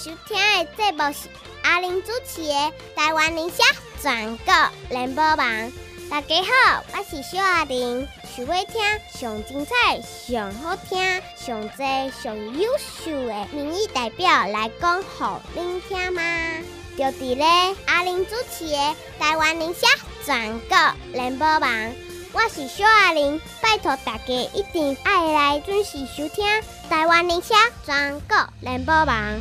收听的节目是阿玲主持的《台湾人社全国联播网》。大家好，我是小阿玲。想要听上精彩、上好听、上多、上优秀的民意代表来讲给您听吗？就伫咧阿玲主持的《台湾人社全国联播网》。我是小阿玲，拜托大家一定爱来准时收听台湾人社全国联播网。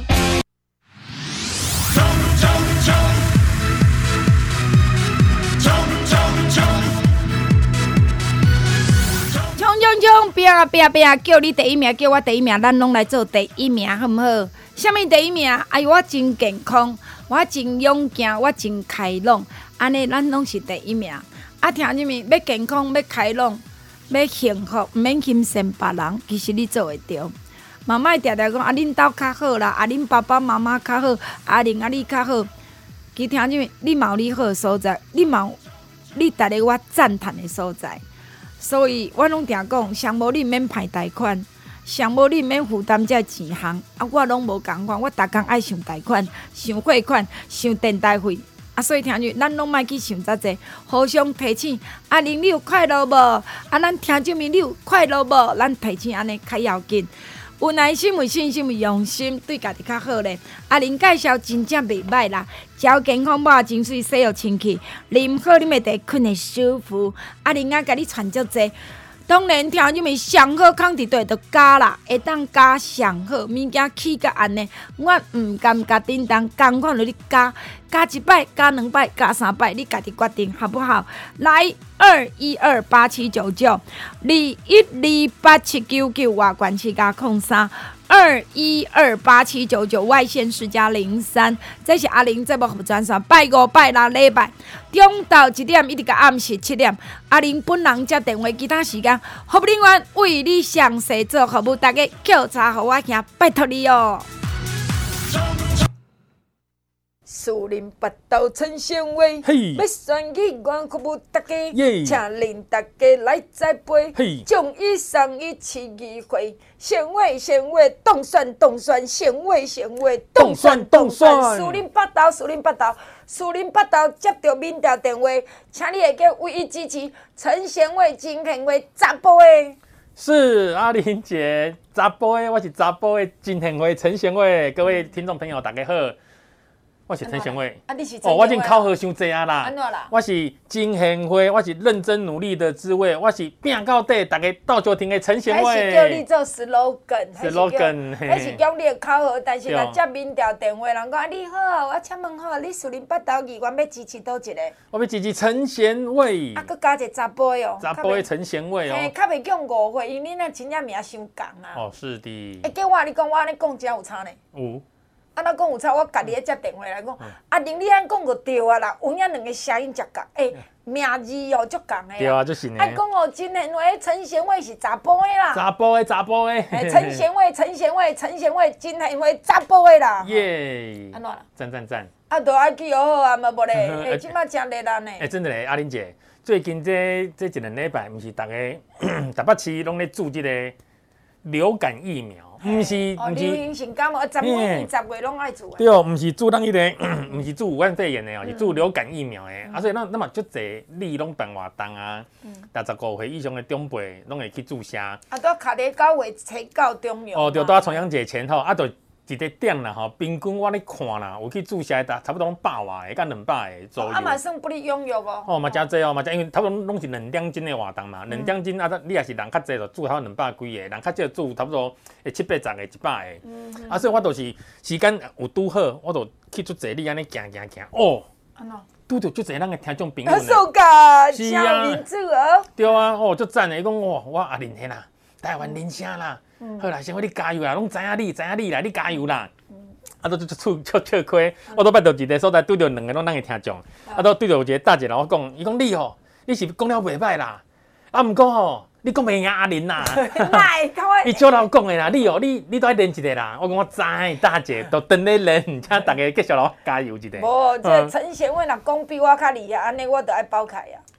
冲！拼啊拼！叫你第一名，叫我第一名，咱拢来做第一名，好唔好？什么第一名？哎呦，我真健康，我真勇敢，我真开朗，安尼咱拢是第一名。啊，听入面要健康，要开朗，要幸福，毋免轻视别人，其实你做会到。妈妈常常讲啊，恁兜较好啦，啊，恁爸爸妈妈较好，阿玲啊你较好。其听入面，你嘛有你好的所在，你嘛有你值得我赞叹的所在。所以我拢常讲，上无你免排贷款，上无你免负担这钱项。啊，我拢无共款，我逐工爱想贷款、想汇款、想电台费。啊，所以听住，咱拢莫去想遮济，互相提醒。阿玲，你有快乐无？啊，咱听众面你有快乐无？咱提醒安尼较要紧。有耐心、有信心、有用心，对家己较好咧。阿玲介绍真正袂歹啦，食健康饱、真水、洗好清气，啉好啉的茶，困会舒服。阿玲甲你传足济。当然，听入面上好康伫对，就加啦，会当加上好物件起甲安尼。我毋甘加叮当，共款落你加一摆、加两摆、加三摆，你家己决定好不好？来2128799212879外关系加03。2128799外线是加03，这是阿玲节目服务专线，拜五、拜六、礼拜中昼1点一直到暗时7点，阿玲本人接电话，其他时间服务人员为你详细做服务，大家叫查给我听，拜托你哦。树林八道陈先威，要选议员服务大家，请恁大家来栽培，将伊送伊市议会，选委当选，选委当选。树林八道接到民调电话，请你会叫唯一支持陈贤伟、金贤伟查甫的。 是阿玲姐，查甫的，我是查甫的金贤伟、陈贤伟，各位听众朋友大家好。我是陈贤伟， 你是陈我已经考核伤济啊啦。 安怎啦？ 我是金贤辉，我是认真努力的滋味，我是拼到底，大家到就听的陈贤伟。 还是叫你做 slogan， 还是叫你考核，但是若接民调电话，人讲你好，我请问好，你树林八道议员要支持倒一个？ 我要支持陈贤伟。 啊，佮加一个查甫的哦。 查甫的陈贤伟哦。 嘿，较袂叫误会，因为恁那真正名伤共啊。 哦，是的。 叫我你讲，我安尼讲真有差呢。 有。 安怎讲有差？我家己咧接电话来讲，阿玲你安讲就对啊啦，有影两个声音接共，名字哦足共的。 对啊，就是呢。 讲哦，真诶话，陈贤伟是查甫的啦。 查甫的。 陈贤伟，金贤伟查甫的啦。 耶！ 安怎啦？ 赞。 啊，都爱记好啊，嘛无咧，即摆真热呢。 真的咧，阿玲姐，最近这一个礼拜，毋是大家台北市拢咧注这个流感疫苗。毋是流行性感冒，10月、20月拢爱做。 对哦，毋是做咱迄个，毋是做武汉肺炎的哦，是做流感疫苗的。啊，所以咱嘛足侪你拢办活动啊，65岁以上的长辈拢会去注射。 啊，都卡伫9月初9中央。 哦，就到重阳节前后，啊，就一个点啦吼，平均我咧看啦，有去注射的差不多100外个，甲200个左右。 啊，嘛算不哩踊跃哦。 哦，嘛真济哦，嘛真，因为差不多拢是2点钟的活动嘛，2点钟啊，你也是人较济，就注差不多200几个，人较少注差不多7、80个、100个。啊，所以我就是时间有拄好，我就去足济你安尼行。哦，拄着足济咱的听众朋友呢。 受噶， 是啊， 民主哦。 对啊，哦，足赞的，伊讲哇，我阿玲嘿啦，台湾人声啦。好啦，先我你加油啦，拢知影你啦，你加油啦！啊，都笑亏，我都捌到一个所在对着2个拢咱的听众，啊，都对着有一个大姐人我讲，伊讲你吼，你是讲了袂歹啦，啊，毋过吼，你讲袂赢阿玲啦，伊照老讲的啦，你都爱练一个啦，我讲我知，大姐都等咧练，请大家继续咯加油一个。 无，这陈贤伟若讲比我较厉害，安尼我就爱包开啊。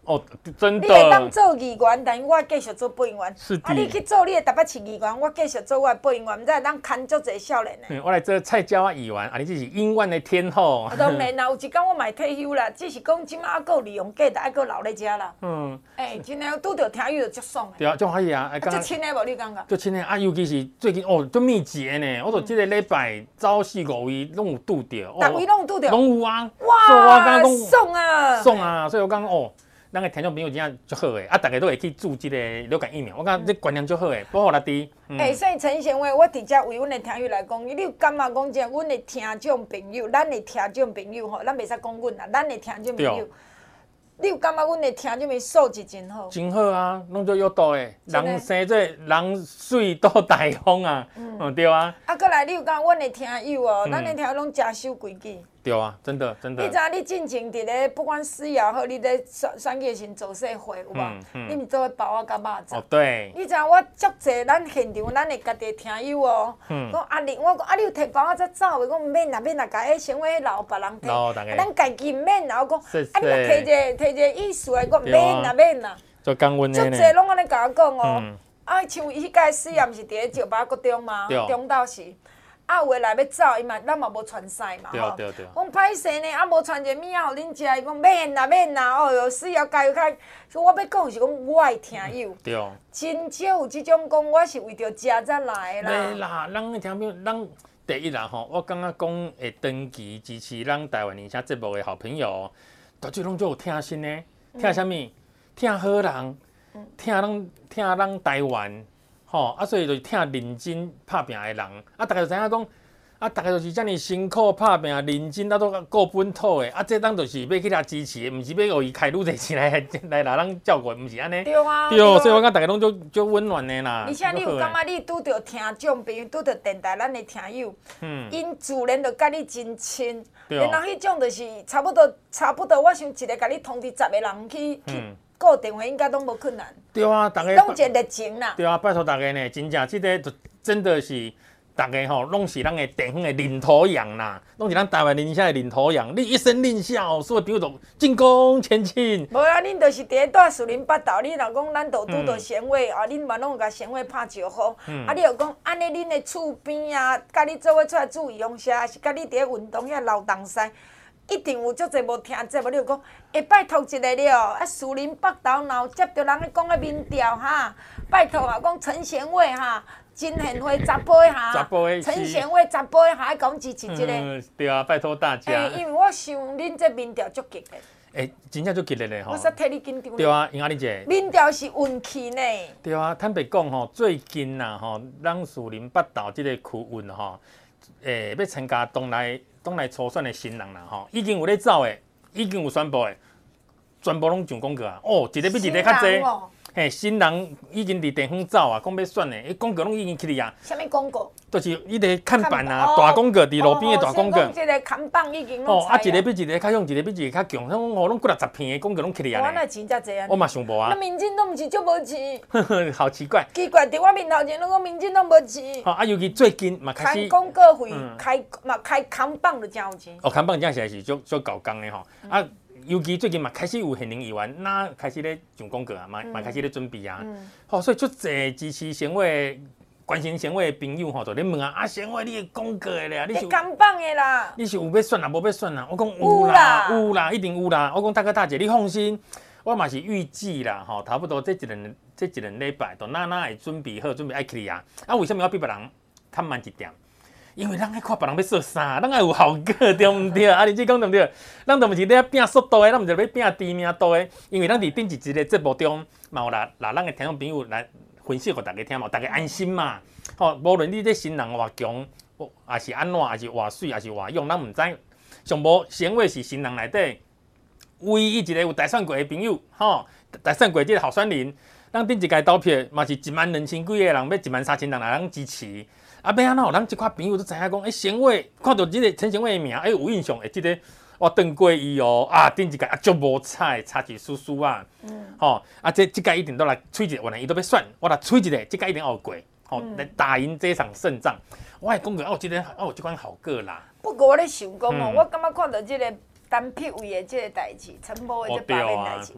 哦，真你会当的。 做议员，但是我继续做播音员。 是的啊，你去做你的台北市议员，我继续做我的播音员，毋知会当牵足侪少年的。 我来做菜椒啊议员，啊，你这是音乐的天后。 当然啦，有一天我嘛会退休啦，只是讲即摆还佫有利用价值，还佫留咧遮啦。真诶，拄着听友就足爽的。 对啊，就可以啊。 足亲的无？你感觉？ 足亲的啊，尤其是最近哦，足密集的呢。我说这个礼拜早4、5位拢有拄着。 逐位拢有拄着。 拢有啊。 哇，爽啊！ 爽啊！所以我讲哦。咱个听众朋友真正足好诶，啊，大家都会去注这个流感疫苗，我感觉这观念足好诶，保护力低。 所以陈贤伟，我直接为阮的听友来讲，你有感觉讲这阮的听众朋友，咱的听众朋友吼，咱袂使讲阮啦，咱的听众朋友，你有感觉阮的听众朋友素质真好？ 真好啊，拢足有道诶，人生做人水多大方啊，对啊。 啊，过来你有感觉阮的听友哦，咱的听友拢真守规矩。 对啊，真的真的。 你知影你进前伫咧，不管死也好，你咧选举时做社会有无？你毋做伙包我甲肉粽。 哦，对。 你知影我足济咱现场咱的家己听友哦，讲阿玲，我讲啊，你有摕包我才走的，讲毋免啦，免啦，甲迄先话留别人摕。 留大家。 咱家己毋免啦，我讲， 啊， 你若摕一个意思的，我免啦，免啦。 足感恩的呢。足济拢安尼甲我讲哦，啊，像伊迄届试验毋是伫咧石巴国中吗？中昼时。啊，有诶来要走，伊嘛咱嘛无传晒嘛吼。 对。 讲歹势呢，啊无传一个物仔互恁食，伊讲免啦免啦，哦哟，死要加油开。所以我要讲是讲我诶听友。 对。 真少有即种讲，我是为着食才来啦。 对啦，咱诶听友，咱第一啦吼，我感觉讲会长期支持咱台湾人声节目诶好朋友，大家拢足有听心呢，听啥物？听好人，听咱台湾。啊，所以就是听认真拍拼的人，啊，大家就知影讲，啊，大家就是遮尔辛苦拍拼、认真，啊，都顾本土的，啊，这当就是要去遐支持的，毋是要互伊开愈侪钱来咱照顾，毋是安尼。 对啊。 对哦，所以我讲大家拢足温暖的啦。 而且你有感觉你拄着听众朋友，拄着电台咱的听友，因自然就甲你真亲。然后迄种就是差不多，我想一个甲你通知10个人去。固定话应该拢无困难。 对啊，大家拢一个热情啦。 对啊，拜托大家呢，真正即个就真的是大家吼，拢是咱的地方的领头羊啦，拢是咱台湾人声的领头羊。你一声令下，所有朋友都进攻前进。 无啊，恁就是伫咧住树林北斗，你若讲咱都拄到贤惠啊，恁嘛拢有甲贤惠拍招呼。啊，你又讲安尼，恁的厝边啊，甲你做伙出来注意用啥，是甲你伫咧运动遐流动西。一定有足侪无听节目，你就讲会拜托一个了。啊，树林北斗若有接到人咧讲个民调哈，拜托啊，讲陈贤惠哈，真贤惠十杯哈，陈贤惠10杯哈，爱讲支持一个。 对啊，拜托大家。 因为我想恁这民调足激烈。 真正足激烈咧吼。 我煞替你紧张。 对啊，因阿你姐。 民调是运气呢。 对啊，坦白讲吼，最近呐吼，咱树林北斗即个区运吼，要参加东来初选的新人啦吼，已经有咧走的，已经有宣布的，全部拢上广告啊！哦，一个比一个较济。嘿，新人已经伫地方走啊，讲要选的，伊广告拢已经起哩啊。 啥物广告？ 就是伊个看板啊，大广告伫路边的大广告。 即个看板已经拢啊，一个比一个较勇，一个比一个较强，拢几60片的广告拢起哩啊。 我哪钱遮济啊？ 我嘛想无啊。 那民进党毋是足无钱？ 好奇怪。 奇怪，伫我面头前，拢讲民进党无钱。 啊，尤其最近嘛开始。 开广告费，开看板就真有钱。 哦，看板真是足搞工的吼。啊。尤其最近嘛开始有现任议员，那开始咧上广告啊，嘛开始咧准备啊。好，所以足侪支持贤惠、关心贤惠的朋友吼，就咧问啊，贤惠你的广告的啦， 你看板的啦， 你是有要选啊，无要选啊？我讲有啦，有啦，一定有啦。我讲大哥大姐，你放心，我嘛是预计啦，吼，差不多这一轮礼拜，都会准备好，准备爱去啊。啊，为什么要比别人较慢一点？因为咱爱看别人要说啥，咱爱有效果，对毋对？啊，你这讲对毋对？咱都毋是咧拼速度的，咱毋是要拼知名度的。因为咱伫顶一个节目中，嘛有咱的听众朋友来分析互大家听嘛，大家安心嘛。吼，无论你这新人偌强，也是安怎，也是偌水，也是偌勇，咱毋知。上无贤惠是新人内底唯一一个有大选过的朋友，吼，大选过即个候选人，咱顶一届投票嘛是12000几个人，要13000人来咱支持。啊，要安怎？咱即款朋友都知影讲，贤惠看到即个陈贤惠的名，有印象，即个我邓过伊哦，啊，顶一届足无彩，差一输输啊，吼，啊，即届一定都来吹一个，原来伊都要选，我来吹一个，即届一定要过，吼，来打赢这场胜仗。我会讲个，有即款好个啦。 不过我咧想讲哦，我感觉看到即个单匹位的即个代志，陈某的即方面代志。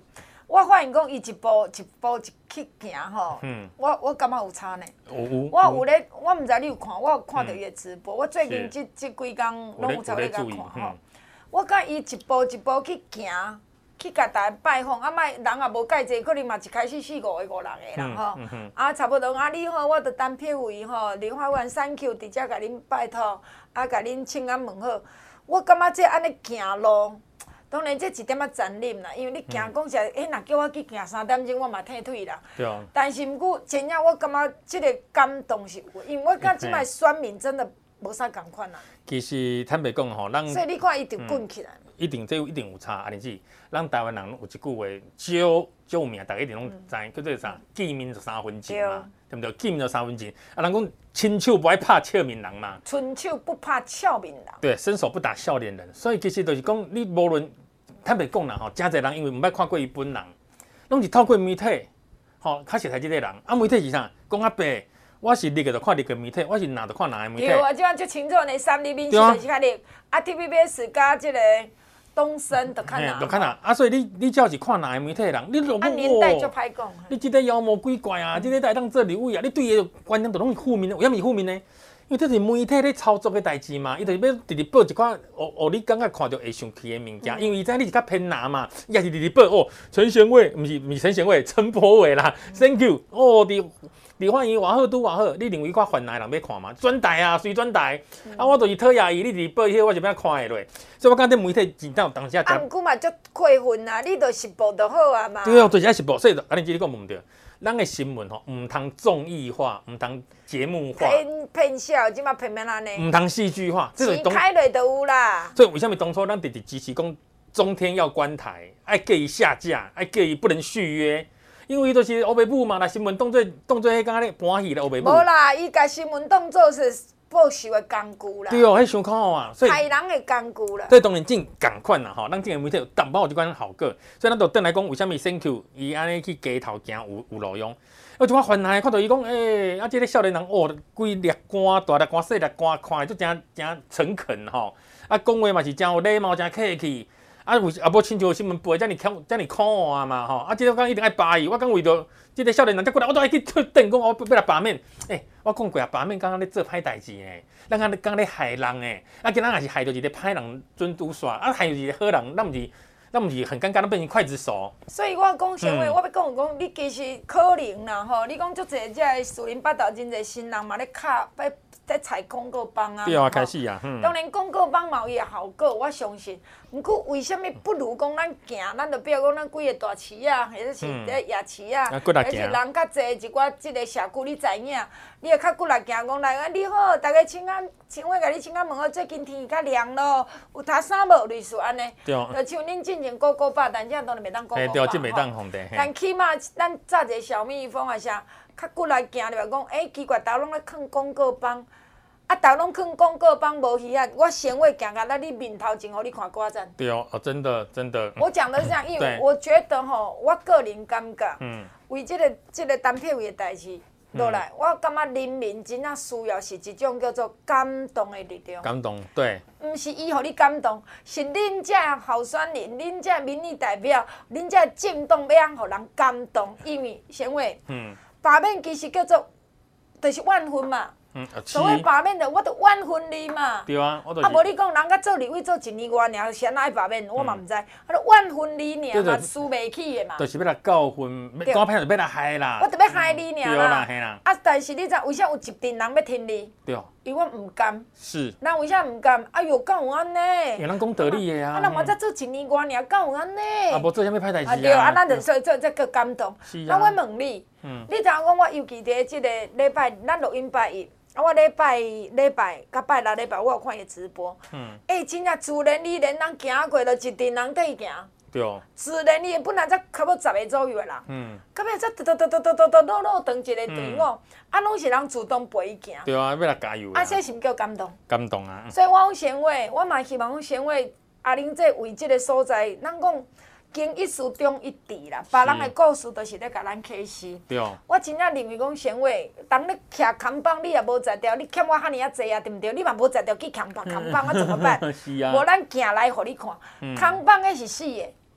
我发现讲伊一步一步去行吼，我感觉有差呢。我有咧，我毋知你有看，我有看到伊的直播。我最近即几工拢有在咧甲看吼。我感伊一步一步去行，去甲大家拜访，莫人也无介济，可能嘛一开始4、5个、5、6个啦吼。差不多你好，我着单票位吼，莲花湾 Thank you， 伫遮甲恁拜托，甲恁请安问好。我感觉这安尼行路。当然，这一点仔残忍啦，因为你行讲实，若叫我去行3点钟，我嘛退腿啦。 对啊。 但是毋过，真正我感觉这个感动是有，因为我感觉即摆选民真的无啥共款啦。 其实坦白讲吼，咱所以你看伊就滚起来。 一定有差，啊，但是咱台湾人有一句话，少有名，大家一定拢知，叫做啥？见面就3分情嘛，对不对？见面就3分情。啊，人讲亲手不爱拍笑面人嘛。 春手不怕笑面人。对， 伸手不打笑脸人。所以其实就是讲，你无论坦白讲啦吼，真侪人因为毋捌看过伊本人，拢是透过媒体，吼，较熟悉即个人。啊，媒体是啥？讲较白，我是立个就看立个媒体，我是哪就看哪个媒体。 对啊，即摆足清楚呢，3立面是就是较立，啊 TVBS 加即个。东升就看哪， 就看哪啊！所以你只要是看哪个媒体的人，你就年代就歹讲。 你即个妖魔鬼怪啊，即个来当做立委啊，你对伊观念都拢是负面的，为什么是负面呢？因为这是媒体咧操作的代志嘛，伊就是要直直报一寡你感觉看到会生气的物件，因为伊知你是较偏蓝嘛，伊也是直直报哦，陈贤伟，毋是陈贤伟，陈柏伟啦 ，Thank you， 哦，你欢迎偌好拄偌好，你认为我犯难人要看吗？转台啊，随转台，啊，我就是讨厌伊，你直报迄个我就要看下落，所以我感觉媒体真正有当时啊，毋过嘛足过分啊，你著实报就好啊嘛。 对啊，就是爱实报，所以安尼即你讲毋对，咱的新闻吼，毋通综艺化，毋通节目化， 骗笑，即马骗免安尼， 毋通戏剧化， 钱开落就有啦。 所以为什么当初咱直直支持讲中天要关台，爱叫伊下架，爱叫伊不能续约？因为伊就是黑白母嘛，那新闻当作迄个咧搬戏咧黑白母。 无啦，伊甲新闻当作是报仇的工具啦。 对哦，迄伤可恶啊！ 害人的工具啦。 所以当然正共款啦吼，咱这个媒体有淡薄有即款好个，所以咱就转来讲为什么 Thank you 伊安尼去街头行有路用。我就我烦恼看到伊讲，啊，即个少年人哦，规粒肝、大粒肝、细粒肝，看就真诚恳吼，啊，讲话嘛是真有礼貌、真客气。啊，为啊无亲像新闻报遮尔可恶嘛吼，啊，即个讲一定爱扒伊，我讲为着即个少年人再过来，我都爱去等讲我要来罢免。我讲过啊，罢免刚刚咧做歹代志诶，咱刚刚咧害人诶，啊，今仔也是害着一个歹人准拄煞，啊，害着一个好人，咱毋是很尴尬，咱变成刽子手。 所以我讲实话，我要讲，你其实可能啦吼，你讲足侪遮个树林八道真侪新人嘛咧在采广告帮啊， 对啊，开始啊， 当然广告帮嘛有伊个效果，我相信。毋过为什么不如讲咱行，咱就比如讲咱规个大市啊，或者是咧夜市啊，或者是人较侪一寡即个社区，你知影，你会较骨力行讲来，你好，大家请我甲你请问好，最近天气较凉咯，有搭衫无？类似安尼，就像恁进前广告吧，但这当然袂当广告吧。 对，这袂当红的。 但起码咱早一个小蜜蜂啊啥。较骨力行入来讲，奇怪，大家拢咧囥广告帮，啊，大家拢囥广告帮无鱼啊！我先会行到你面头前，互你看歌站。 对哦，真的。 我讲的是这样，因为我觉得吼，我个人感觉，为这个单票位的代志落来，我感觉人民真正需要是一种叫做感动的力量。 感动，对。 毋是伊互你感动，是恁这候选人、恁这民意代表、恁这政党要互人感动，因为先话。罢免其实叫做，就是万分嘛。所谓罢免的，我都万分你嘛。 对啊，我无你讲人甲做立委做1年外尔，谁爱罢免，我嘛毋知。万分你尔嘛，输袂起的嘛。 就是要来教训，讲歹就要来害啦。 我特要害你尔啦。 对啦， 啊，但是你知为啥有一群人要听你？ 对。 因为我毋甘。 是。 咱为啥毋甘？哎哟，敢有安尼？ 因为咱讲道理的啊。 啊，咱嘛才做1年外尔，敢有安尼？ 啊，无做啥物歹代志啊。 对啊，咱就所以叫感动。 是啊。 那我问你，你知影讲我尤其伫即个礼拜，咱录音拜一。我礼拜甲拜六礼拜，我有看伊直播。真正自然而然，咱行过，就一群人在行。 对哦。 自然而然，本来才差不多10个左右的人。到尾才落长一个队伍，啊，拢是人主动陪伊行。 对啊，要来加油。 啊，这是毋叫感动？ 感动啊！ 所以我讲先话，我嘛希望讲先话，阿玲这为即个所在，咱讲。经一事中一智啦，别人的故事都是咧甲咱启示。 对。 我真正认为讲先话，当你徛扛棒，你也无才调，你欠我遐尼啊济啊，对毋对？你嘛无才调去扛棒，啊怎么办？ 是啊。 无咱行来互你看，扛棒迄是死的。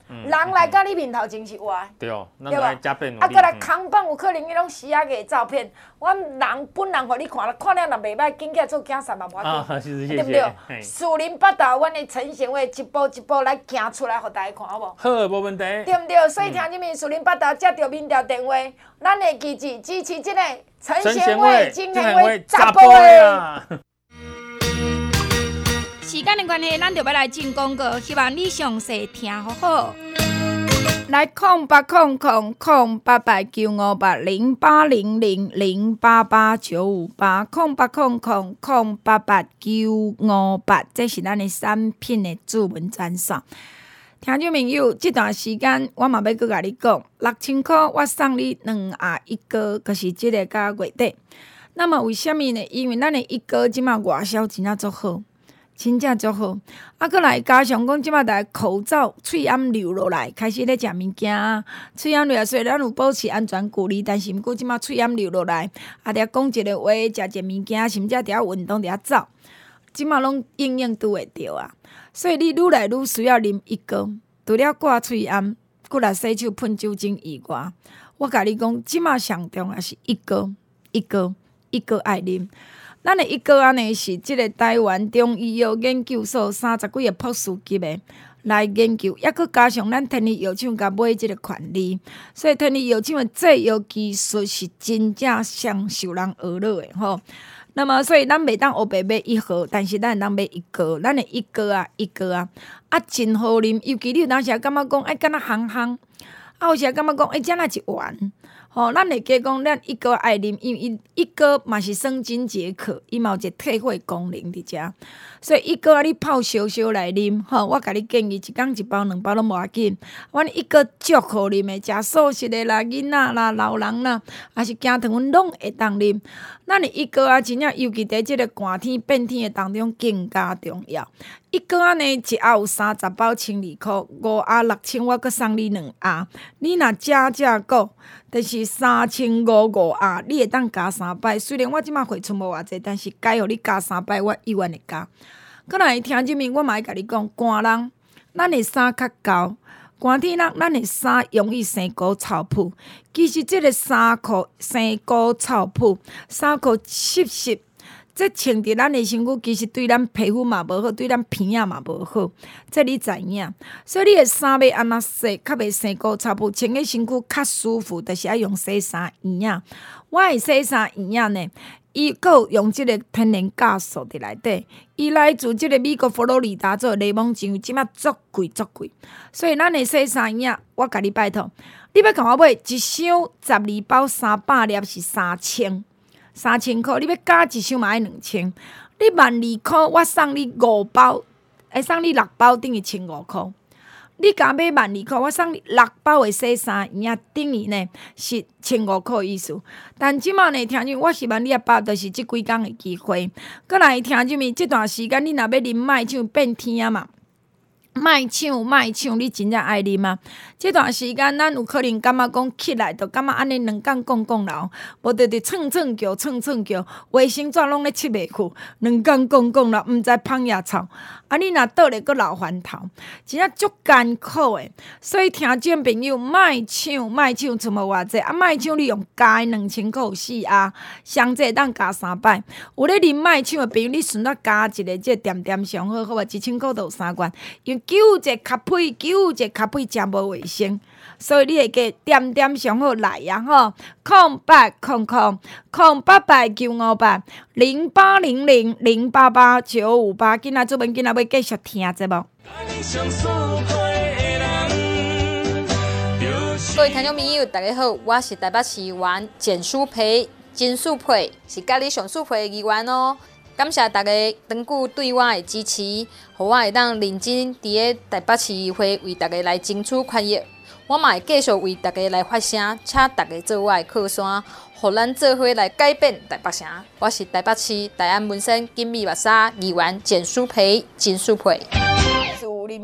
人来到你面头前是活的。 对哦，咱来加倍努力。 啊，过来空放有可能伊拢死啊个照片，阮人本人互你看了，看了若袂歹，紧起来做囝3万无要紧，对不对？树林八道，阮的陈贤伟一步一步来行出来，互大家看，好无？ 好，无问题。 对不对？所以听入面树林八道接到民调电话，咱会支持这个陈贤伟、金贤伟查甫的。时间的关系，咱就要来进广告，希望你详细听好好。来0800-088-958-088958，这是咱的产品的主文专线。听众朋友，这段时间我嘛要搁甲你讲，6000块我送你2盒1哥，就是这个到月底。那么为什么呢？因为咱的1哥即马外销真正足好。真正足好，啊，搁来加上讲，即马大家口罩、喙炎流落来，开始咧食物件，喙炎流来，所以咱有保持安全距离。但是毋过即马喙炎流落来，啊，伫讲一个话，食一物件，甚至伫遐运动伫遐走，即马拢应拄会着啊。所以你愈来愈需要啉1哥，除了挂喙炎，搁来洗手喷酒精以外，我甲你讲，即马上重要是1哥爱啉。咱的1哥呢是即个台湾中医药研究所30几个博士级的来研究，抑佫加上咱天然药厂甲买即个权利，所以天然药厂的制药技术是真正上受人学乐的吼。那么所以咱袂当黑白买1盒，但是咱会当买1哥，咱的1哥啊真好啉，尤其你有当时感觉讲敢若烘，啊有时感觉讲遮若一丸。吼，咱会加讲，咱1哥爱啉，因为1哥嘛是生津解渴，伊嘛有一个退火功能伫遮，所以1哥啊，你泡烧烧来啉，吼，我甲你建议1天1包2包拢无要紧。阮1哥足好啉的，食素食的啦，囡仔啦，老人啦，还是姜糖，阮拢会当啉。咱的1哥啊，真正尤其伫即个寒天变天的当中更加重要。1哥啊呢，一盒有30包，12块，5盒6000，我搁送你2盒。你若食够。就是3500盒，你会当加3摆。虽然我即马回出无偌济，但是该互你加3摆，我永远会加。可能会听即面，我嘛会甲你讲，寒人咱的衫较厚，寒天人咱的衫容易生菇臭噗。其实即个衫裤生菇臭噗，衫裤湿。这穿伫咱的身躯，其实对咱皮肤嘛无好，对咱鼻仔嘛无好，这你知影。所以你的衫要安怎洗，较袂生菇臭噗，穿个身躯较舒服，就是爱用洗衫液啊。我的洗衫液啊呢，伊佫有用即个天然酵素伫内底，伊来自即个美国佛罗里达做柠檬精，即摆足贵。所以咱的洗衫液，我甲你拜托，你要甲我买一箱12包300粒是3000块，你要加一箱嘛要2000，你12000块，我送你5包，会送你6包，等于1500块。你加买12000块，我送你6包的洗衫液，等于呢是1500块意思。但即马呢，听众，我希望你也把握就是即几工的机会，过来听众们，即段时间你若要啉麦酒变天啊嘛。卖抢，你真正爱啉啊！这段时间，咱有可能感觉讲起来，就感觉安尼2天讲了，无就伫蹭叫，卫生纸拢咧吸袂去，2天讲了，毋知芳野草。啊，你若倒咧，佫老烦头，真正足艰苦诶。所以听众朋友，卖抢，出无偌济啊！卖抢你用加2000块4盒，上济当加3摆。有咧啉卖抢诶朋友，你顺便加一个这点上好，好无？1000块就有3罐，因为9一咖啡真无卫生，所以你会加点上好来呀吼！0800-958-088-958，今仔做文今仔要继续听节目。 各位听众朋友，大家好，我是台北市议员简淑培，金淑培是家里上淑培的议员哦。感谢大家长久对我的支持，让我会当认真伫个台北市议会为大家来争取权益。我嘛会继续为大家来发声，请大家做我的靠山，互咱做伙来改变台北城。我是台北市大安民生金美目沙议员简淑培，金淑培。 树林八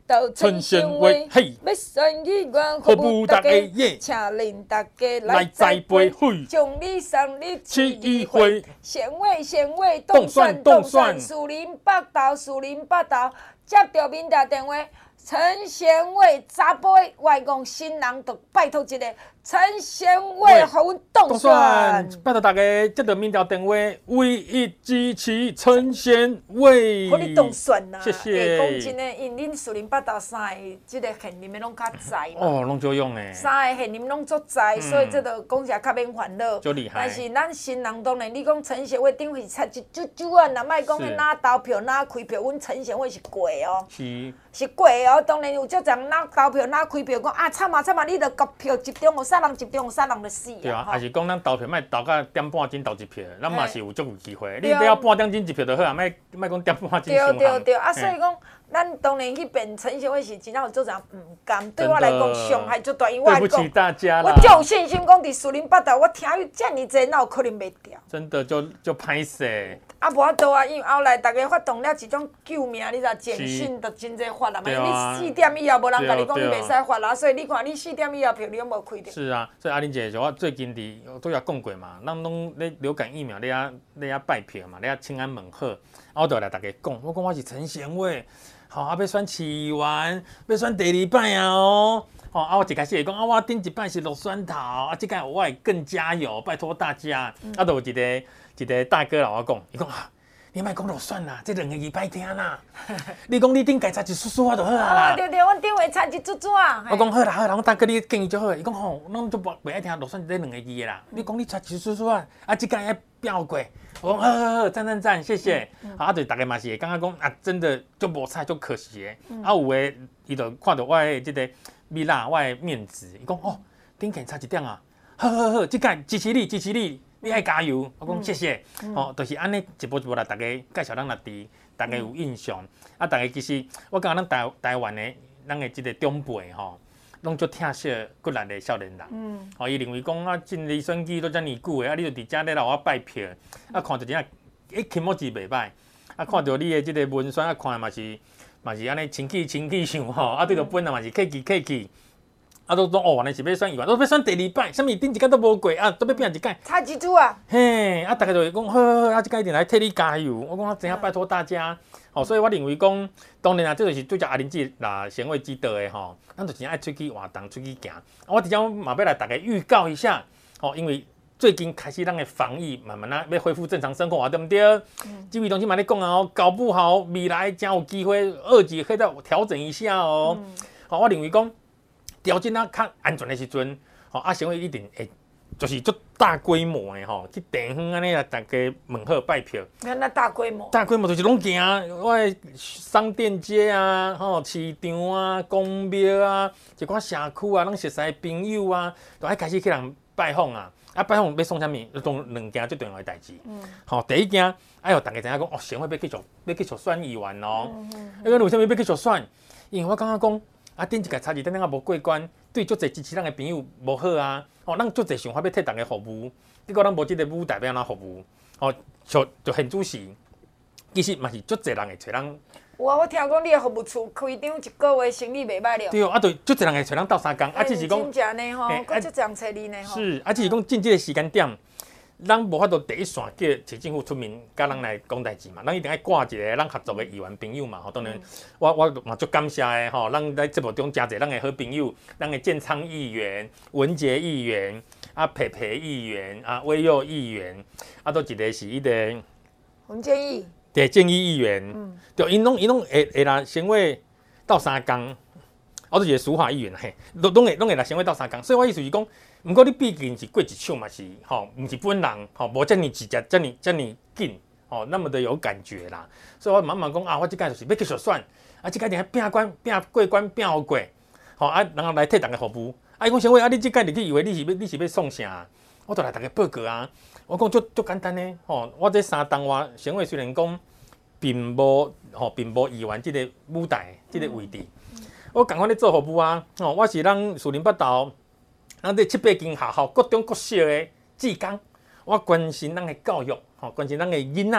道陈先话， 嘿， 要选议员服务大家耶， 请恁大家来栽培，嘿， 将你送你市议会， 县委动算， 树林北道，接到民调电话。陈贤伟查甫，外公新人就拜托一个陈贤伟互阮动算， 拜托大家接到民调电话，唯一支持陈贤伟， 互你动算呐。 谢谢。 讲真诶，因恁树林北道三个即个现任的拢较在嘛。 哦，拢足用诶。 三个现任拢足在，所以这个讲起来较免烦恼。 足厉害。 但是咱新人当然，你讲陈贤伟顶回差一揪啊，若莫讲迄哪投票哪开票，阮陈贤伟是过哦。是过哦，当然有足人哪投票哪开票，讲啊惨啊，你著国票集中有啥人集中有啥人就死啊。 对啊，还是讲咱投票莫投到点半钟投一票，咱嘛是有足有机会。你要半点钟一票就好啊，莫讲点半钟伤害。 对啊，所以讲咱当然去辩陈贤伟是真正有足人毋甘，对我来讲伤害足大，因为我讲， 我就有信心讲伫树林北道，我听伊遮尔济，哪有可能袂掉？ 真的就歹势。 啊，无法度啊，因为后来大家发动了一种救命，你知简讯就真济发啦嘛。你4点以后无人甲你讲你袂使发啦，所以你看你4点以后票你拢无开着。 是啊，所以阿玲姐就我最近都有讲过嘛，咱拢咧流感疫苗咧遐拜票嘛，咧遐请安问好，我就来大家讲，我讲我是陈贤伟，好啊，要选市议员，要选第2摆啊哦。哦，啊，我一开始会讲啊，我顶一摆是落选头，啊，这摆我会更加油，拜托大家。啊，就有一个大哥老我讲，伊讲啊，你莫讲落选啦，这2个字歹听啦。你讲你顶家插一撮我就好啦。 对，阮顶位插一撮啊。 我讲好啦，我大哥你建议就好。伊讲吼，咱都袂爱听落选这2个字的啦。你讲你插一撮啊，啊，这摆要标过。我讲好，赞，谢谢。啊，对，大家嘛是会感觉讲啊，真的就无彩，就可惜的。啊，有诶，伊就看到我的这个米拉，我的面子，伊讲哦，顶件差1点啊，好，这摆支持你，你爱加油。我讲谢谢。哦，就是安尼一步来，大家介绍咱落地，大家有印象。啊，大家其实我感觉咱台湾的咱的这个长辈吼。拢足疼惜骨力的少年人，伊认为讲啊，进离选举都遮尔久的，啊，你就伫遮咧让我拜票，啊，看到真正起毛字袂歹，啊，看到你的即个文宣，啊，看嘛是安尼清气上吼，啊，对着本来嘛是客气，啊，都讲哦，原来是要选议员，都要选第2摆，啥物顶一届都无过，啊，都要变一届， 差几组啊？ 嘿，啊，大家就会讲好，啊，这届一定来替你加油，我讲真正拜托大家。哦，所以我认为讲，当然啊，这就是对只阿玲姐啦，贤惠之道的吼，咱就真爱出去活动，出去行。我直接嘛要来大家预告一下，哦，因为最近开始咱的防疫慢慢要恢复正常生活啊，对不对？这位同事嘛咧讲啊，哦，搞不好未来将有机会2级可以再调整一下哦。我认为讲调整啊较安全的时阵，啊，贤惠一定会。就是足大规模的吼，去地方安尼啊，大家问好拜票。 那大规模？ 大规模就是拢行，我的商店街啊，吼市场啊，公庙啊，一寡社区啊，咱熟悉的朋友啊，都爱开始去人拜访啊。啊，拜访要送啥物？当2件最重要的代志。吼，第一件，哎呦，大家知影讲哦，贤惠要继续选议员哦。因为为什么要继续选？因为我感觉讲。啊，顶一届差2点啊无过关，对足侪支持咱的朋友无好啊！哦，咱足侪想法要替大家服务，结果咱无即个舞台要安怎服务？哦，就现主席，其实嘛是足侪人会找咱。 我听讲你的服务处开张1个月生意袂歹了。 对哦，啊对，足侪人会找咱斗3工，啊只是讲。 真正呢吼，佫足人找你呢吼。 是，啊只是讲进这个时间点。咱无法度第一线叫市政府出面，甲咱来讲代志嘛。咱一定爱挂一个咱合作的议员朋友嘛。吼，当然，我嘛足感谢的吼。咱在节目中真侪咱的好朋友，咱的建昌议员、文杰议员、啊培议员、啊威佑议员，啊都一个是迄个洪建议， 对建议议员，对，因拢会来先会斗3工，我都是个书法议员嘿，拢会来先会斗3工。所以我意思是讲。毋过你毕竟是过一手嘛是，吼，毋是本人，吼，无遮尔直接，遮尔紧，吼，那么的有感觉啦。所以我慢慢讲啊，我即届就是要继续选，啊，即届一定拼过关拼好过，吼啊，然后来替大家服务。啊，伊讲贤惠啊，你即届入去以为你是要送啥？我都来大家报告啊。我讲足简单呢，吼，我这3档话，贤惠虽然讲并无议员即个舞台，即个位置，我共款咧做服务啊，吼，我是咱树林北道。咱这7、8间学校各种各色的志工，我关心咱的教育，吼，关心咱的囡仔，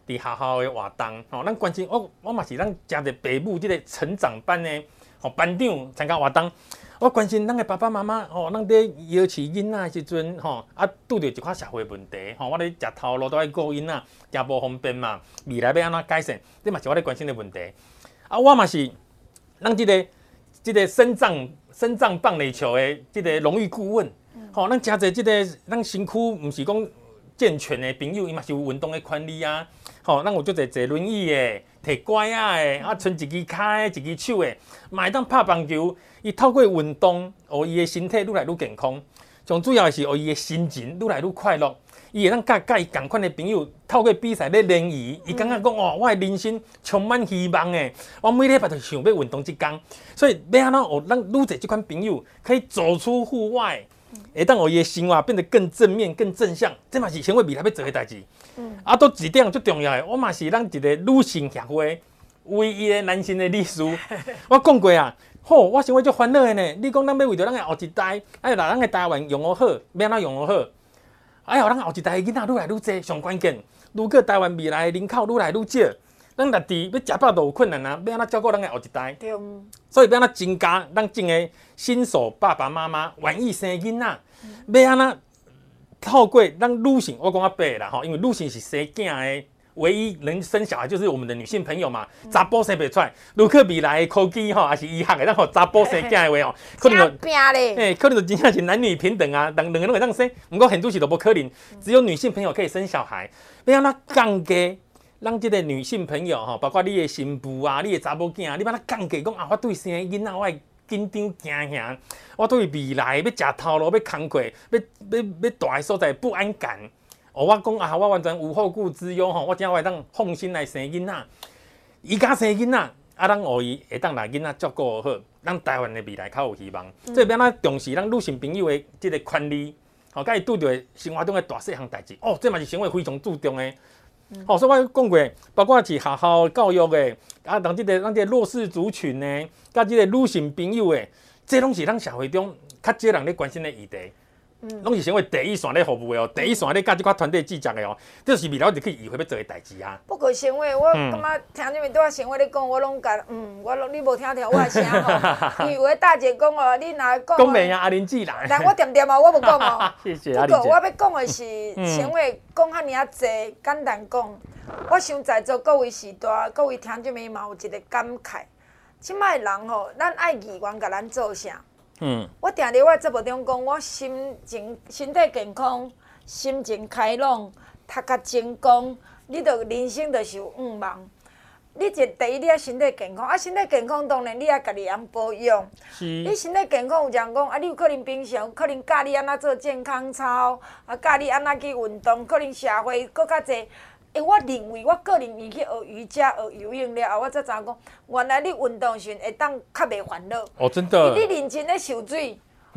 伫学校的活动，吼，咱关心我嘛是咱家的爸母即个成长班的吼班长参加活动，我关心咱的爸爸妈妈吼，咱伫摇饲囡仔的时阵吼，拄着一寡社会问题吼，我咧食头路都爱顾囡仔，行无方便嘛，未来要安怎改善，这嘛是我咧关心的问题。我嘛是咱即个身障棒垒球的即个荣誉顾问，吼，咱诚侪即个咱身躯毋是讲健全的朋友，伊嘛是有运动的权利啊。吼，咱有足侪坐轮椅的、摕拐仔的，剩一支骹的、一支手的，嘛会当拍棒球。伊透过运动，互伊的身体愈来愈健康。上主要的是，互伊的心情愈来愈快乐。伊会当甲伊共款的朋友，透过比赛咧联谊，伊感觉讲哦，我的人生充满希望的。我每礼拜都想要运动一天，所以要安怎互咱愈侪即款朋友可以走出户外，会当互伊的生活变得更正面、更正向。这嘛是生活未来要做的代志。都一点最重要的，我嘛是咱一个女性协会唯一的男性的理事。我讲过啊，好，我生活足烦恼的呢。你讲咱要为着咱的后一代，来咱的台湾用好，要安怎用好？互咱后一代的囡仔愈来愈多，上关键。如果台湾未来的人口愈来愈少，咱内地要食饱都有困难啊！要安怎照顾咱的后一代？对。所以要安怎增加咱种的新手爸爸妈妈愿意生囡仔？要安怎？透过让女性，我讲伯啦吼，因为女性是生囝的唯一能生小孩，就是我们的女性朋友嘛。查甫生不出来，如果未来的科技吼，还是医学的，咱互查甫生囝的话吼，可能就可能就真正是男女平等啊，两个人会当生。不过很多时都不可能，只有女性朋友可以生小孩。要安怎降低咱这个女性朋友吼，包括你的新妇啊，你的查某囝，你要安怎降低讲啊，我对生囡仔我会紧张惊吓，我对未来要食头路，要工课，要大的所在不安感。我讲啊，我完全无后顾之忧吼，我真会当放心来生囡仔。伊家生囡仔，咱互伊会当来囡仔照顾好，咱台湾的未来较有希望。所以要安怎重视咱女性朋友的这个权利，吼，甲伊拄着生活中的大细项代志，哦，这嘛是生活非常注重的。所以我讲过，包括是学校教育的，咱这个弱势族群的，甲这个女性朋友的，这拢是咱社会中较少人咧关心的议题。拢是成为第一线咧服务的哦，第一线咧甲即款团队制作的哦，这就是未来就可以议会要做的代志啊。 不过生活，我感觉听你们对我生活咧讲，我拢甲你无听到我的声吼。因为有个大姐讲哦，你若讲讲袂赢阿玲姐啦。 但我点点哦，我无讲哦。 谢谢阿玲姐。 不过我要讲的是生活讲遐尔济，简单讲，我想在座各位时代、各位听众们嘛有一个感慨，即摆人吼，咱爱意愿甲咱做啥？我定伫我节目中讲，我身体健康，心情开朗，读甲成功，你着人生就是有愿望。你第一你要身体健康，身体健康当然你要家己养保养。你身体健康有人讲，你有可能平常可能教你安怎做健康操，教你安怎去运动，可能社会搁较济。我认为我个人去学瑜伽、学游泳了后，我才知影讲，原来你运动时会当较袂烦恼。 哦，真的。 你认真咧受水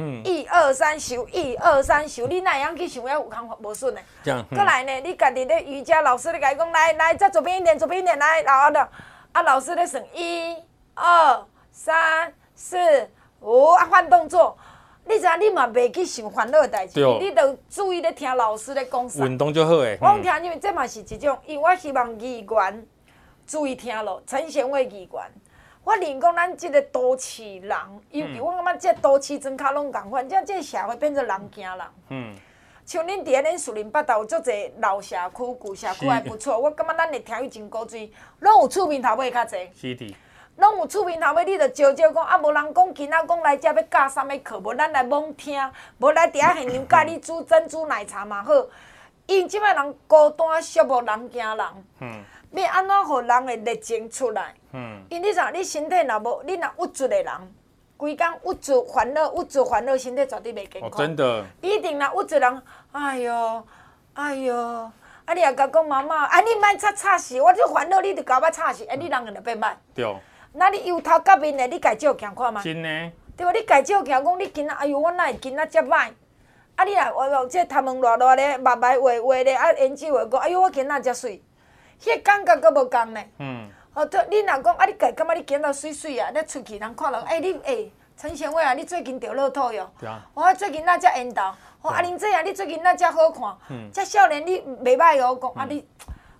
，1、2、3受，1、2、3受，你哪会晓去想要有空无顺的？ 这样。 过来呢，你家己咧瑜伽老师咧甲你讲，来，再左边一点，左边一点，来，然后呢，老师咧算1、2、3、4、5，换动作。你知影，你嘛袂去想烦恼的代志，你着注意咧听老师咧讲啥。 运动就好诶。 我听因为这嘛是一种，因为我希望议员注意听咯，陈贤伟议员。我认讲咱即个都市人，尤其我感觉即都市庄脚拢共款，即社会变做人惊人。像恁伫咧恁树林北头有足侪老社区、旧社区还不错，我感觉咱的体育真古锥，拢有厝边头尾较侪。 是的。 拢有厝边头尾，你着招招讲，无人讲今仔讲来遮要教啥物课，无咱来罔听，无来伫遐现场教你煮珍珠奶茶嘛好。因即摆人孤单寂寞，人惊人。要安怎互人的热情出来？因你知，你身体若无，你若郁卒的人，规工郁卒烦恼，身体绝对袂健康。 真的。 一定若郁卒人，哎哟，你也甲讲妈妈，你莫吵死，我这烦恼你着甲我吵死，你人就变歹。对。那你由头到面的，你家照镜看嘛？ 真的。 对无？你家照镜讲，你今仔，哎呦，我哪会今仔遮歹？你若这头毛热热咧，目眉画咧，胭脂画讲，哎呦，我今仔遮水，迄个感觉佫无共呢。你若讲，你家感觉你今仔水水啊，你出去人看了，你陈贤伟啊，你最近中乐透哟。对啊。我最近那遮缘投，阿玲姐啊，你最近那遮好看，遮少年你袂歹哦，讲你。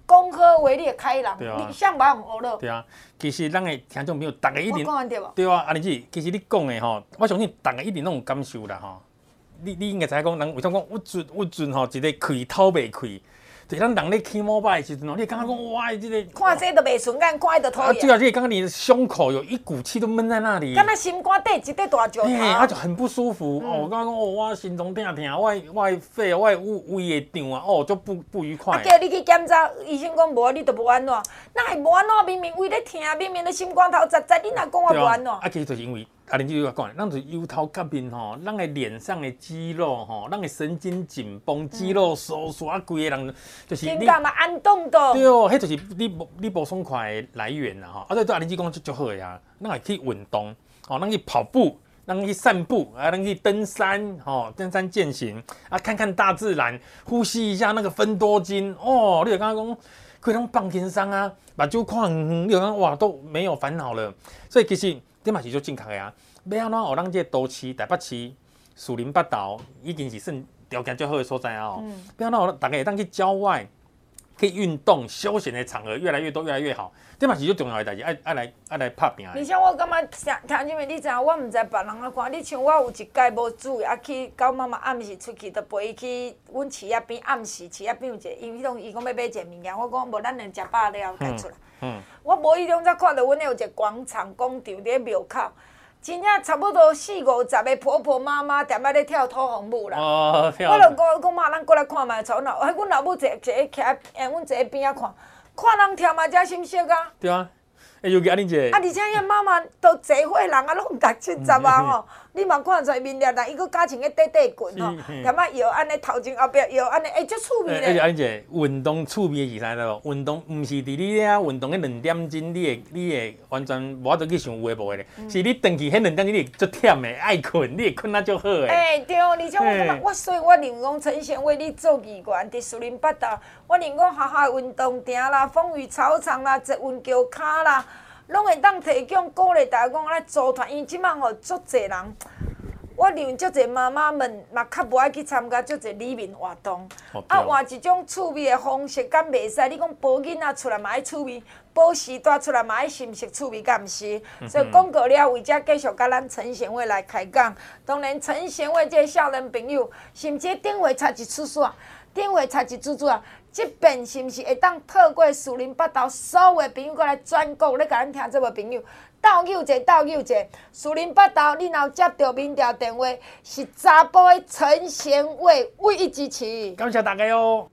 讲好话，你会开人， 对啊你想把人学了。 对啊，其实咱的听众朋友，大家一定我讲完对无？ 对啊，林姐，其实你讲的吼，我相信大家一定拢有感受啦吼。你应该知影讲，人为什么讲有阵吼，一个气透袂气，就是咱人咧起摩拜的时阵吼，你会感觉讲哇，这个看这都袂顺眼，看伊就讨啊，最厌。 好是感觉你的胸口有一股气都闷在那里。 敢若心肝底一块大石头。 他就很不舒服、哦。我刚刚讲哦，我心脏痛痛，我的肺，我的胃会胀啊，哦，就不愉快。 叫你去检查，医生讲无，你就无安怎？那会无安怎？明明胃咧疼，明明咧心肝头实在，你若讲我无安怎？ 啊，其实就是因为阿林姐有讲，咱就是腰头甲面吼，咱的脸上的肌肉吼，咱的神经紧绷，肌肉收缩啊，规个人就是情感嘛安动的。 对哦，迄就是你无爽快的来源啦吼。啊，对阿林姐讲就好个呀，咱会去运动，哦，咱去跑步。咱去散步啊，咱去登山，登山健行啊，看看大自然，呼吸一下那个芬多精哦，你就刚刚讲，可以拢放轻松啊，目睭看远，你就讲哇都没有烦恼了。所以其实这嘛是足正确的啊。要安怎学咱这都市、台北市、树林北投已经是算条件最好的所在啊。要安怎大家会当去郊外。可以运动、休闲的场合越来越多、越来越好，这嘛是最重要的代志，爱来拍拼。 而且我感觉，听因为你知影，我毋知别人啊看。你像我有一届无注意，啊去狗妈妈暗时出去，就陪伊去阮饲仔边暗时，饲仔边有一个，因为伊讲要买一个物件，我讲无，咱连食饱了再出来。我无意中才看到阮有一个广场广场伫庙口。真正差不多40、50个婆婆妈妈踮咧跳土风舞啦。 哦， 我就讲妈，咱过来看卖，从哪？阮老母坐徛徛阮坐边仔看，看人跳嘛，真心惜啊。 对啊，尤其阿玲姐。 啊，而且遐妈妈都坐伙人啊，拢60、70啊吼。你嘛看出来面了啦，伊佫加穿个短短裙吼，踮啊摇安尼头前后壁摇安尼，足趣味咧。 阿玲姐，运动趣味是啥知无？运动毋是伫你咧运动迄2点钟，你会完全无法度去想有诶无诶咧，是你长期迄2点钟你会足忝诶，爱困，你会困啊足好诶。 对，而且我感觉所以我认讲陈贤伟你做议员伫树林北投，我认讲学校运动场啦、风雨操场啦、坐运桥骹啦。拢会当提供鼓励大家讲来组团，因为即摆吼足侪人，我认为足侪妈妈们嘛较无爱去参加足侪里面活动，换一种趣味的方式，敢袂使？你讲抱囡仔出来嘛爱趣味，抱时代出来嘛爱心识趣味，敢毋是？所以广告了，为遮继续甲咱陈贤伟来开讲。当然，陈贤伟这少年朋友，甚至顶回插一出线，顶回插一珠珠啊！即边是毋是会当透过树林北投所有的朋友过来转告咧，甲咱听这位朋友斗友者，树林北投，你若接到民调电话，是查甫的陈贤伟唯一支持。 感谢大家哦。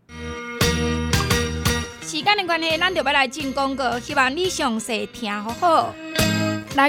时间的关系，咱就要来进广告，希望你详细听好好。来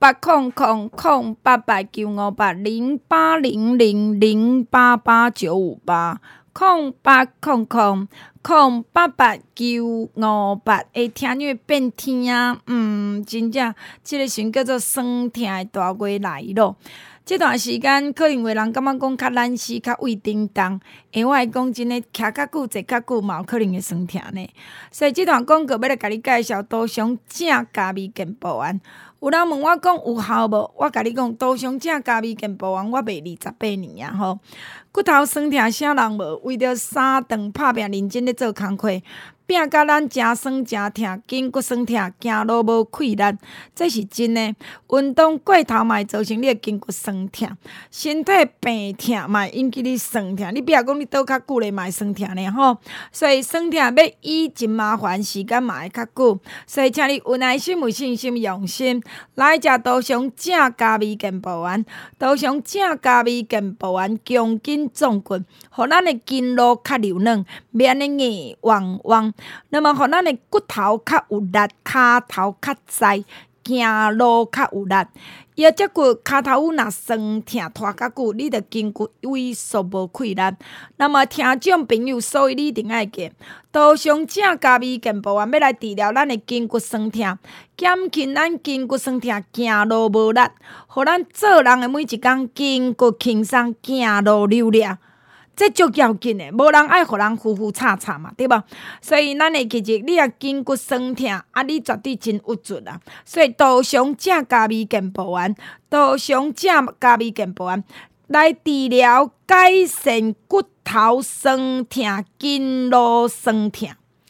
08000809580800088958。0800088958，会听越变听啊！真正，即个船叫做酸痛的大月来咯。这段时间可能有人感觉讲较懒死、较胃叮当，我会讲真诶，徛较久、坐较久嘛有可能会酸痛呢。所以这段广告要来甲你介绍刀上正家味健保丸。有人问我讲有效无？我甲你讲，刀上正家味健保丸我卖28年啊吼。骨头酸痛啥人无？为着3顿拍拼认真咧做工课，拼甲咱真酸真痛，筋骨酸痛，行路无气力，这是真诶。运动过头嘛会造成你诶筋骨酸痛，身体病痛嘛会引起你酸痛。你比如讲你倒较久咧嘛会酸痛咧吼，所以酸痛要医真麻烦，时间嘛会较久。所以请你有耐心、有信心、用心来食刀上正家味健保丸。刀上正家味健保丸强筋壮骨，互咱的筋络较柔软，免得硬汪汪。那么，互咱的骨头较有力，骹头较栽，行路较有力。腰脊骨、骹头若酸痛拖较久，你着筋骨萎缩无气力。那么，听众朋友，所以你一定爱记，刀上正家味健保丸要来治疗咱的筋骨酸痛，减轻咱筋骨酸痛，行路无力，互咱做人的每一工筋骨轻松，行路流利。这足要紧的，无人爱互人呼呼吵吵嘛，对无？所以咱会记住，你若筋骨酸痛，你绝对真有准啦。所以刀上正家味健保丸，刀上正家味健保丸来治疗改善骨头酸痛、筋络酸痛。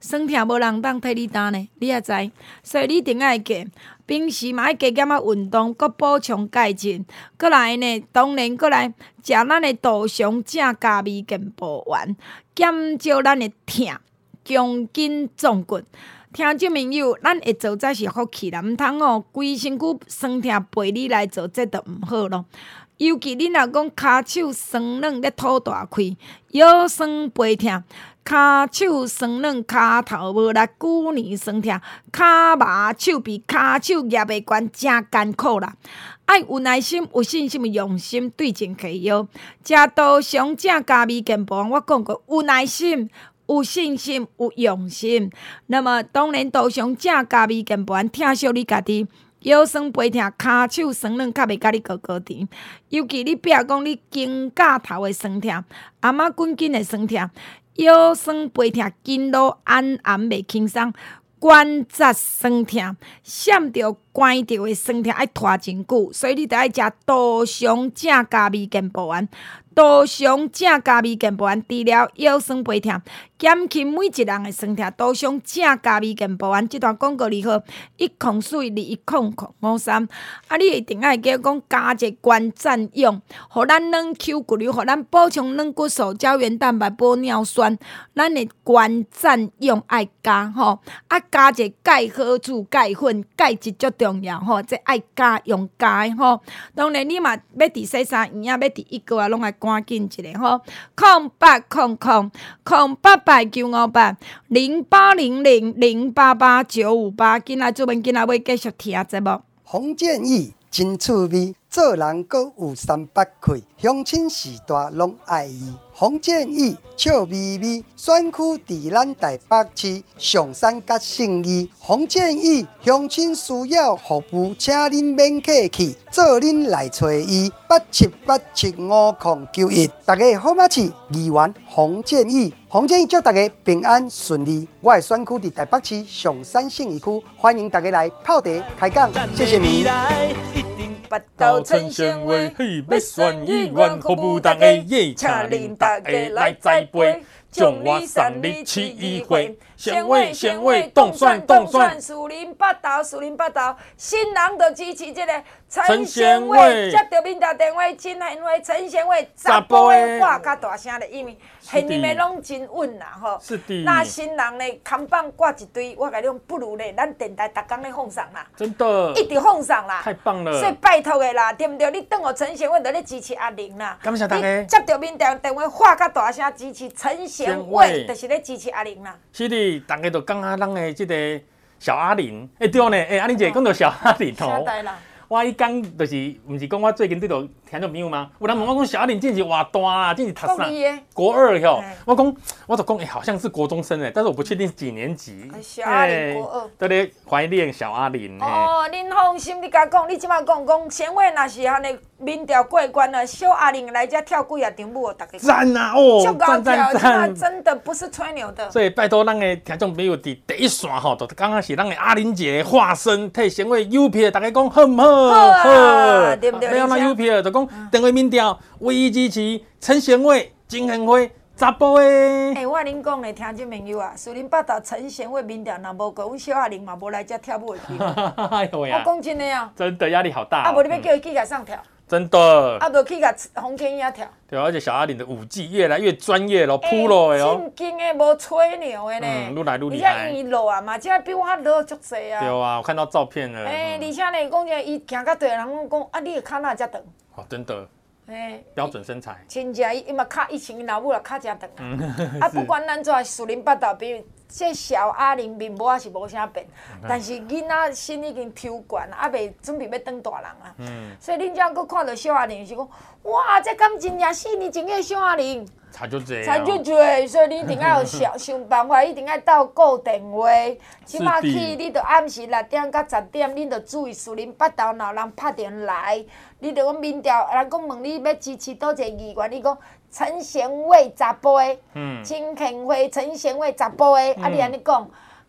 酸痛无人当替你担呢，你也知，所以你一定爱加。平时嘛爱加减仔运动，搁补充钙质，搁来呢，当然搁来食咱的杜松正加味健补丸，减少咱的痛，强筋壮骨。听众朋友，咱会做才是福气啦，毋通哦，规身躯酸痛陪你来做，这就毋好咯。尤其你若讲骹手酸软咧吐大气，腰酸背痛。骹手酸软，骹头无力，久年酸痛，骹麻手臂，骹手夹袂悬，真艰苦啦。爱有耐心、有信心、用心对症下药。食杜松正加味健补，我讲过，有耐心、有信心、有用心。那么当然，杜松正加味健补，疼惜你家己。腰酸背痛，骹手酸软，较袂甲你高高甜。尤其你比如讲你肩胛头的酸痛，阿妈滚筋的酸痛。腰酸背痛，筋络暗袂轻松，关节酸痛，闪着关着的酸痛爱拖真久，所以你得爱食杜松正加味健补丸。杜松正加味健补丸治疗腰酸背痛，减轻每一人的酸痛。杜松正加味健补丸，这段广告利号104210053。你一定爱记讲加一关赞用，互咱软 Q 骨流，互咱补充软骨素、胶原蛋白、玻尿酸。咱的关赞用爱加吼，加一钙好处，钙粉，钙质足重要吼，这爱加用加的吼。当然你嘛要伫洗衫院啊，要伫1个月拢爱赶紧一下吼，08000958080008000958，今仔主文今仔要继续听节目。 洪建义真趣味，做人阁有300块，乡亲时代拢爱伊。洪建义笑眯眯，选区伫咱台北市上山甲信义。洪建义乡亲需要服务，请恁免客气，做恁来找伊87875091。大家好嘛是议员洪建义，洪建义祝大家平安顺利。我的选区伫台北市上山信义区，欢迎大家来泡茶开讲，谢谢你。 八斗陈贤伟， 要选议员服务大家，请恁大家来栽培，将我送入市议会。县委动算， 树林八斗，新人就支持这个陈贤伟。接到民调电话，真贤伟，陈贤伟，查甫的话较大声的，因为现任的拢真稳啦吼。 是的。 那新人呢，扛棒挂一堆，我甲你讲，不如呢，咱电台逐工咧放送啦。 真的。 一直放送啦。 太棒了。 所以拜托的啦，对不对？你等我陈贤伟，就咧支持阿玲啦。 感谢大家。 接到民调电话，话较大声支持陈贤伟，就是咧支持阿玲啦。 是的。大家就讲啊，咱的这个小阿玲，对呢，阿玲姐讲到小阿玲吼，我伊讲就是，毋是讲我最近对到听众朋友吗？有人问我讲小阿玲真是偌大啦，真是读啥？国2哟。我就讲，好像是国中生但是我不确定是几年级。 小阿玲国2。 在咧怀念小阿玲。 哦，恁放心，你甲讲，你即马讲，贤伟若是安尼民调过关了，小阿玲来遮跳几啊场舞，大家赞啊！哦， 赞，真的不是吹牛的。 所以拜托咱的听众朋友伫第一线吼，就刚刚是咱的阿玲姐的化身，替贤伟邮票，大家讲好唔好？ 好，对不对？ 要那邮票就讲电话民调，唯一支持陈贤伟、金恒辉。查甫的， 我恁讲咧，听众朋友啊，树林八斗陈贤伟民调若无过，阮小阿玲嘛无来遮跳舞的机会。我讲真的啊， 真的压力好大。 无你要叫伊去甲上跳。 真的。 无去甲洪建义跳。 对，而且小阿玲的舞技越来越专业了，扑了的哦。 正经的，无吹牛的呢。 愈来愈厉害。 而且伊落啊嘛，这比我落足济啊。 对啊，我看到照片了。 而且呢，讲者伊行到对人讲啊，你的骹哪遮长？ 哦，真的。标准身材， 真正伊嘛脚以前老母啦脚真长啊！不管咱怎，树林八斗，比如这小阿玲面膜也是无啥变，但是囡仔心已经抽悬，还袂准备要当大人啊。所以恁遮佫看到小阿玲是讲，哇，这敢真正4年前的小阿玲。 差就这， 所以你一定要想办法，一定要到固电话。即马起，你着暗时6点到10点，你着注意树林八斗，若有人拍电话来，你着讲民调，人讲问你要支持倒一个议员，你讲陈贤伟查甫的，金庆辉陈贤伟查甫的，你安尼讲，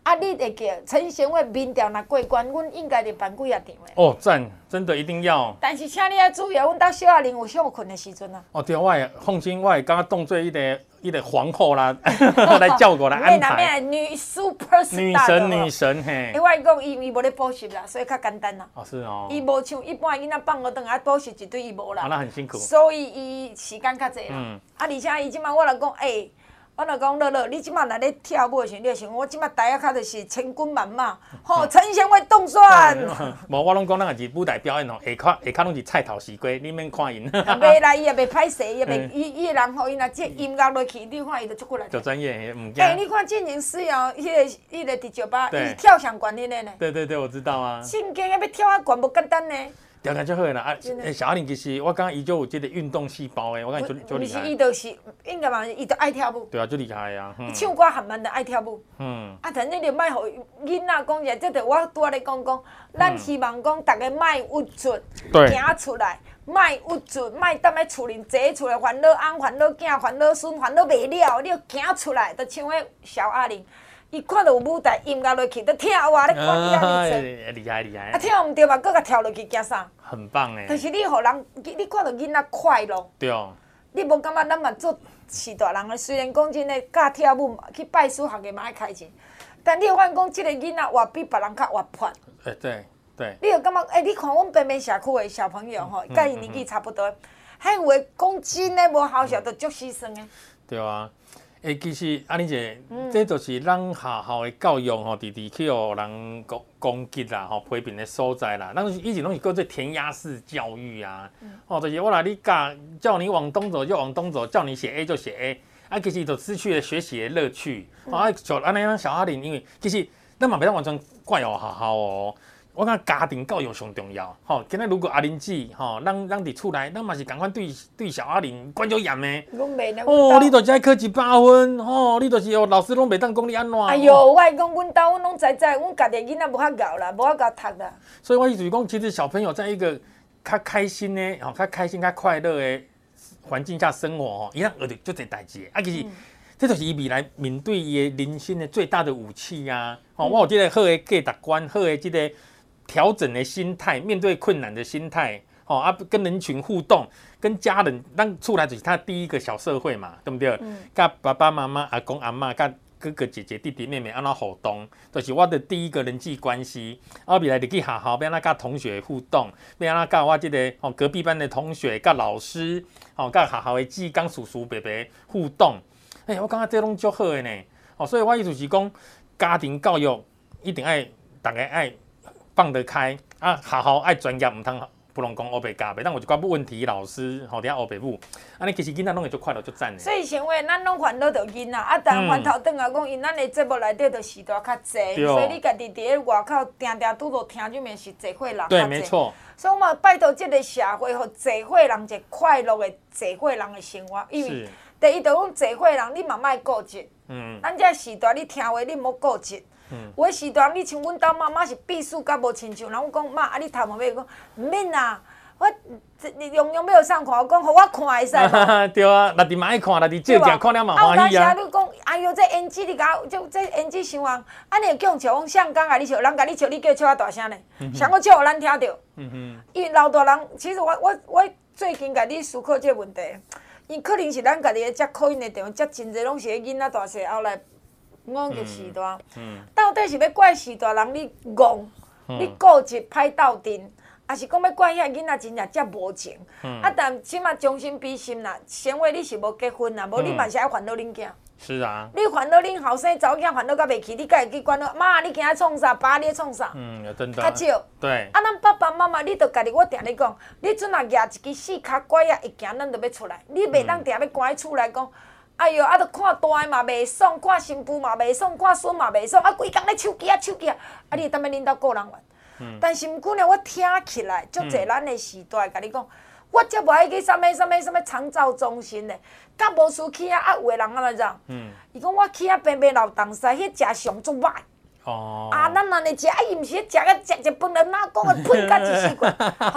啊，你会叫陈贤伟民调若过关，阮应该得办几啊场的。 哦，赞，真的一定要。 但是请你要注意，阮兜小阿玲有上困的时阵啊。 哦，对，我会放心，我会刚刚动作一个皇后啦，来叫我来安排。 女 superstar 女神嘿。 我跟你讲，伊无咧补习啦，所以较简单啦。 哦，是哦。 伊无像一般囡仔放学转来补习一堆伊无啦。 那很辛苦。 所以伊时间较济啦。而且伊即摆我就讲，我就讲乐乐，你即摆若咧跳舞的时候，你就想我即摆台下骹就是千军万马，吼，陈贤伟动算。 无，我拢讲咱也是舞台表演吼，下骹拢是菜头西瓜，你免看因。 袂啦，伊也袂歹势，伊个人吼，伊若即音乐落去，你看伊就出过来。 就专业，唔惊。 你看进行师哦，迄个伫酒吧，伊跳上悬迄个呢。 对，我知道啊。 正经要跳啊悬，无简单呢。 条件就好啦啊！小阿玲其实我感觉伊就有这个运动细胞诶，我感觉就厉害。 伊就是应该嘛，伊就爱跳舞。 对啊，就厉害啊！ 唱歌含慢的爱跳舞。但你就莫互囡仔讲者，这就我拄仔咧讲，咱希望讲大家莫郁卒，行出来，莫郁卒，莫踮咧厝里坐厝来烦恼翁、烦恼囝、烦恼孙、烦恼袂了，你要行出来，就像迄小阿玲。伊看到有舞台音乐落去，就跳哇咧看伊安尼厉害！ 啊，跳毋对嘛，搁甲跳落去惊啥？ 很棒诶！ 但是你互人，你看到囡仔快乐。 对哦。 你无感觉咱嘛做是大人诶？虽然讲真诶，教跳舞去拜师学艺嘛爱开钱，但你有法讲即个囡仔活比别人较活泼。 对。 你有感觉？你看阮边边社区诶小朋友吼，甲伊年纪差不多，迄有诶讲真诶无效，都足牺牲诶。 对啊。其实安尼姐，这就是咱学校的教育吼，直去互人攻击啦，吼批评的所在啦。咱以前拢是叫做填鸭式教育啊，就是我来你叫你往东走就往东走，叫你写 A 就写 A， 啊，其实就失去了学习的乐趣。就安尼咱小阿玲，因为其实咱嘛袂当完全怪学校哦。我感觉家庭教育上重要，今仔如果阿玲姊，咱伫厝内，咱嘛是共款对小阿玲管就严的。 拢袂呢。 你就是爱考100分，你就是老师拢袂当讲你安怎。 哎呦，我讲阮兜阮拢知，阮家己囡仔无遐教啦，无遐教读啦。 所以我意思讲，其实小朋友在一个较开心的、较开心、较快乐的环境下生活，伊通学着足侪代志。其实这就是伊未来面对伊的人生的最大的武器啊！我有这个好的价值观，好的这个。调整的心态，面对困难的心态，跟人群互动，跟家人，咱厝内就是他第一个小社会嘛，对不对？甲爸爸妈妈、阿公阿嬷、甲哥哥姐姐、弟弟妹妹安怎互动，就是我的第一个人际关系。我未来入去学校，要安怎甲同学互动，要安怎甲我这个隔壁班的同学、甲老师，甲学校的志工叔叔伯伯互动。我感觉这拢足好的呢。所以我意思是讲，家庭教育一定爱大家爱。放得开啊，学校爱专业，唔通不能讲黑白教白，但有一寡问题老师吼，伫遐黑白母，安尼其实囡仔拢会足快乐足赞的。 所以想话，咱拢烦恼着囡仔，但翻头转来讲，因咱的节目内底着时代较济，所以你家己伫咧外口定拄着听入面是聚会人。 对，没错。 所以我嘛拜托这个社会，互聚会人一个快乐的聚会人的生活，因为第一着讲聚会人，你嘛莫顾忌。咱这时代你听话，你莫顾忌。有诶时段，你像阮兜妈妈是避暑甲无亲像，人我讲妈，你头毛要讲毋免啦，我用要上课，我讲互我看会使。 对啊，那伫嘛爱看，那伫照镜看了嘛欢喜啊。 你讲，哎哟，这胭脂你甲我，这胭脂伤红，安尼叫人笑，讲相公甲你笑，人甲你笑，你叫笑啊大声咧，上我笑互咱听着。因为老大人，其实我最近甲你思考这个问题，因可能是咱家己的接口音的地方，接真侪拢是囡仔大细后来。我叫时代，到底是要怪时代人你戆，你固执歹斗阵，还是讲要怪遐囡仔真正遮无情？但起码将心比心啦，先话你是无结婚啦，无你嘛是爱烦恼恁囝。 是啊。 你烦恼恁后生查某囝烦恼甲袂起，你敢会去管恼？妈，你今仔创啥？爸，你创啥？ 真的。 较少。 对。 咱爸爸妈妈，你着家己，我定咧讲，你阵若举一支四脚拐啊，一行咱着要出来，你袂当定要关喺厝内讲。哎哟，啊，著看大诶嘛袂爽，看新妇嘛袂爽，看孙嘛袂爽，啊，规工咧手机啊，啊，你当要恁兜个人玩。但是毋过呢，我听起来，足侪咱诶时代，甲你讲，我则无爱去啥物长照中心咧，甲无输去啊，有诶人安怎样？伊讲我去啊，边边老东西，迄食上足歹。咱安尼食，伊毋是食甲食一饭了，哪讲会喷甲一死过？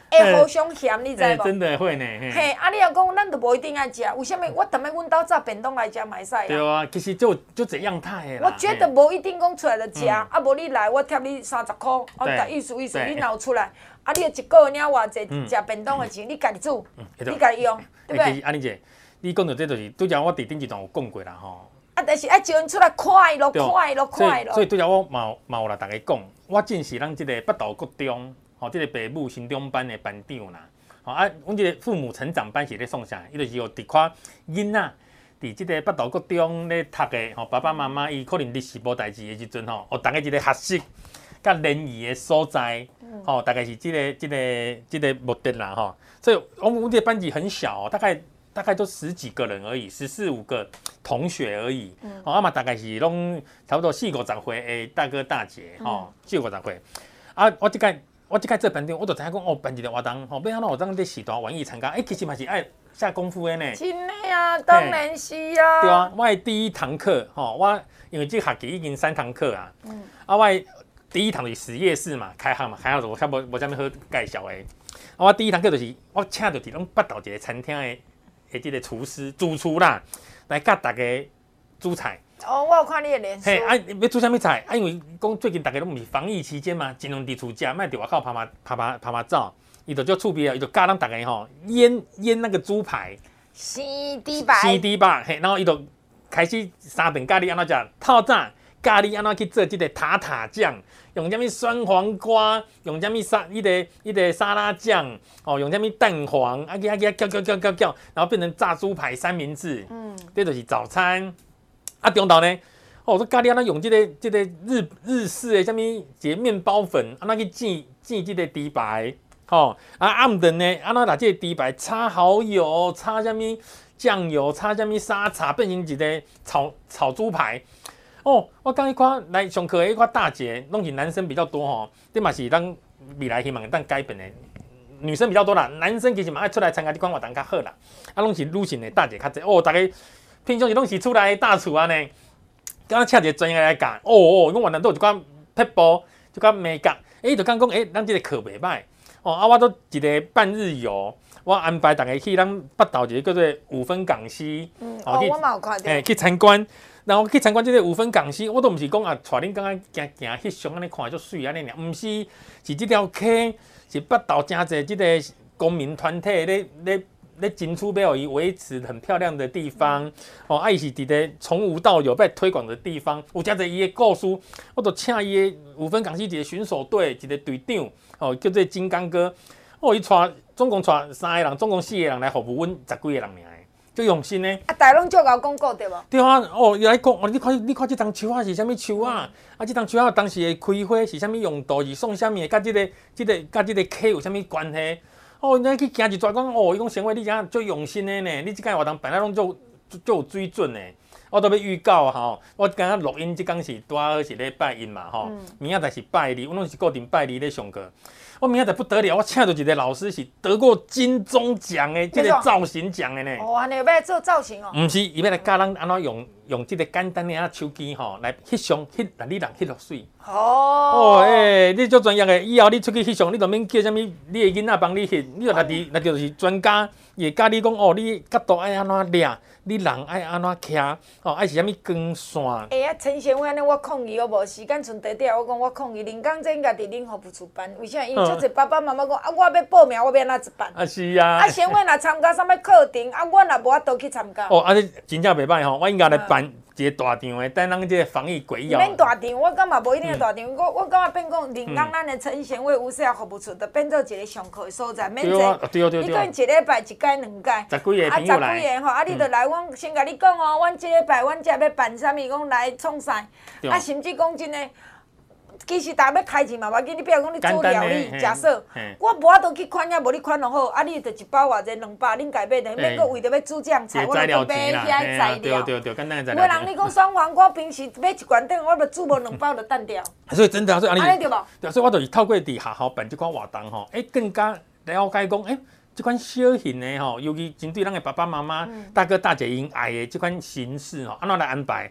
会互相嫌，你知无？ 真的会呢。 嘿，啊，你若讲咱都无一定爱食，为什么我踮咧阮兜炸便当来食嘛会使啊？ 对啊，其实就这样态啦。 我觉得无一定讲出来就食，啊无你来我贴你30箍，我甲意思，你若有出来，啊你一个月领偌济食便当的钱，你家己煮，你家己用，对不对？ 安妮姐，你讲到这就是拄则我伫顶一段有讲过啦吼。 啊，但是爱招因出来快乐，快乐，快乐。 所以拄则我嘛有来大家讲，我正是咱即个北投国中，吼，即个爸母新中班的班长啦。吼啊，阮即个父母成长班是咧创啥？伊就是有伫看囡仔伫即个北投国中咧读的，吼，爸爸妈妈伊可能历史无代志的时阵吼，大家一个学习甲联谊的所在，吼，大概是即个目的啦，吼。所以我们这个班级很小，大概都10几个人而已，14、15个同学而已。啊嘛，大概是拢差不多40、50岁的大哥大姐，吼，40、50岁。啊，我即届做班长，我就知影讲哦，办一个活动，吼，要安怎有当咧时段愿意参加？其实嘛是爱下功夫的呢。 真的啊，当然是啊。 对啊，我的第一堂课，吼，我因为这学期已经3堂课啊。啊，我的第一堂就是实验室嘛，开学我较无啥物好介绍的。啊，我第一堂课就是我请到伫拢北投一个餐厅的即个厨师、主厨啦，来教大家煮菜。 哦，我有看你的脸书。 嘿，啊，要煮啥物菜？啊，因为讲最近大家拢毋是防疫期间嘛，尽量伫厝食，莫伫外口拍拍照。伊就足趣味啊，伊就教咱大家吼腌那个猪排， 生猪排， 嘿，然后伊就开始三顿咖喱安怎食，透早咖喱安怎去做即个塔塔酱，用啥物酸黄瓜，用啥物迄个沙拉酱，哦，用啥物蛋黄，啊搅，然后变成炸猪排三明治，这就是早餐。啊，中昼呢，哦，这咖喱安怎用这个日式的啥物一个面包粉，安怎去煎这个猪排，吼，啊暗顿呢，安怎把这个猪排擦好油，擦啥物酱油，擦啥物沙茶，变成一个炒猪排。哦，我刚一看来上课的一块大姐，拢是男生比较多吼，这嘛是咱未来希望咱改变的。女生比较多啦，男生其实嘛爱出来参加这款活动较好啦。啊，拢是女性的大姐较济。哦，大家平常时拢是出来大厨啊呢。刚刚请一个专业来教，我活动都有一寡撇步，一寡美感。就讲咱这个课袂歹。哦，啊，我都一个半日游，我安排大家去咱北投一个叫做5分港溪， 我嘛有看到， 去参观。然后去参观这个5分港溪，我都毋是讲啊，带恁刚刚行翕相安尼看足水安尼尔，毋是，是这条溪是北投真侪这个公民团体咧争取要伊维持很漂亮的地方。哦，啊，伊是伫咧从无到有要推广的地方，有真侪伊的故事，我都请伊的5分港溪一个巡守队一个队长，哦，叫做金刚哥，哦，伊总共带3个人，总共4个人来服务阮10几个人尔。最用心呢！ 啊，大拢足够广告对无？ 对啊，哦，伊来讲，哦，你看这张树啊是啥物树啊？啊，这张树啊当时的开花是啥物用途？是送啥物的？甲这个溪有啥物关系？哦，你去行一抓讲，哦，伊讲生活你这样最用心的呢，你这间活动办啊拢就有水准的。我都要预告吼，我刚刚录音这天是拄好是咧拜一嘛吼，明仔载是拜二，我拢是固定拜二咧上课。我明仔载不得了，我请到一个老师是得过金钟奖的这个造型奖的呢。 哦，安尼要做造型哦？ 毋是，伊要来教咱安怎用这个简单的手机吼来翕相，让你人翕落水。哦，你做专业的，以后你出去翕相，你就免叫啥物，你的囡仔帮你翕，你就那就是专家，伊会教你讲哦，你角度爱安怎掠，你人爱安怎徛，哦，爱是啥物光线。 陈贤伟安尼我抗议，我无时间剩短点，我讲我抗议，林刚这应该伫恁服务处办，为啥？因为足侪爸爸妈妈讲啊，我要报名，我要安怎办？ 啊是啊。 啊，贤伟若参加啥物课程，啊，我若无法度去参加。 哦，这真正袂歹吼，我应该来办一个大场的，等咱这个防疫鬼妖。 免大场，我感觉无一定要大场，我感觉变讲林刚咱的陈贤伟有适合服务处，就变做一个上课的所在，免济。 对。 你可能一礼拜1届2届。 10几个朋友来。 10几个吼，啊，你就来，阮先甲你讲哦，阮这礼拜阮遮要办啥物，讲来创啥，啊，甚至讲真诶。其实大家要开钱嘛，无要紧，你比如讲你做料理，假设我无法度去款遐，无你款就好，啊，你就一包偌济200，恁家买的，免阁为着要煮这样菜，我就去买遐材料。对，简单的材料。有人你讲酸黄瓜，平时买一罐顶，我就煮无2包就淡掉。 所以真的，所以安尼对无？ 对，所以我就是透过伫学校办这款活动吼，更加了解讲，这款小型的吼，尤其针对咱的爸爸妈妈、大哥大姐因爱的这款形式吼，安怎来安排？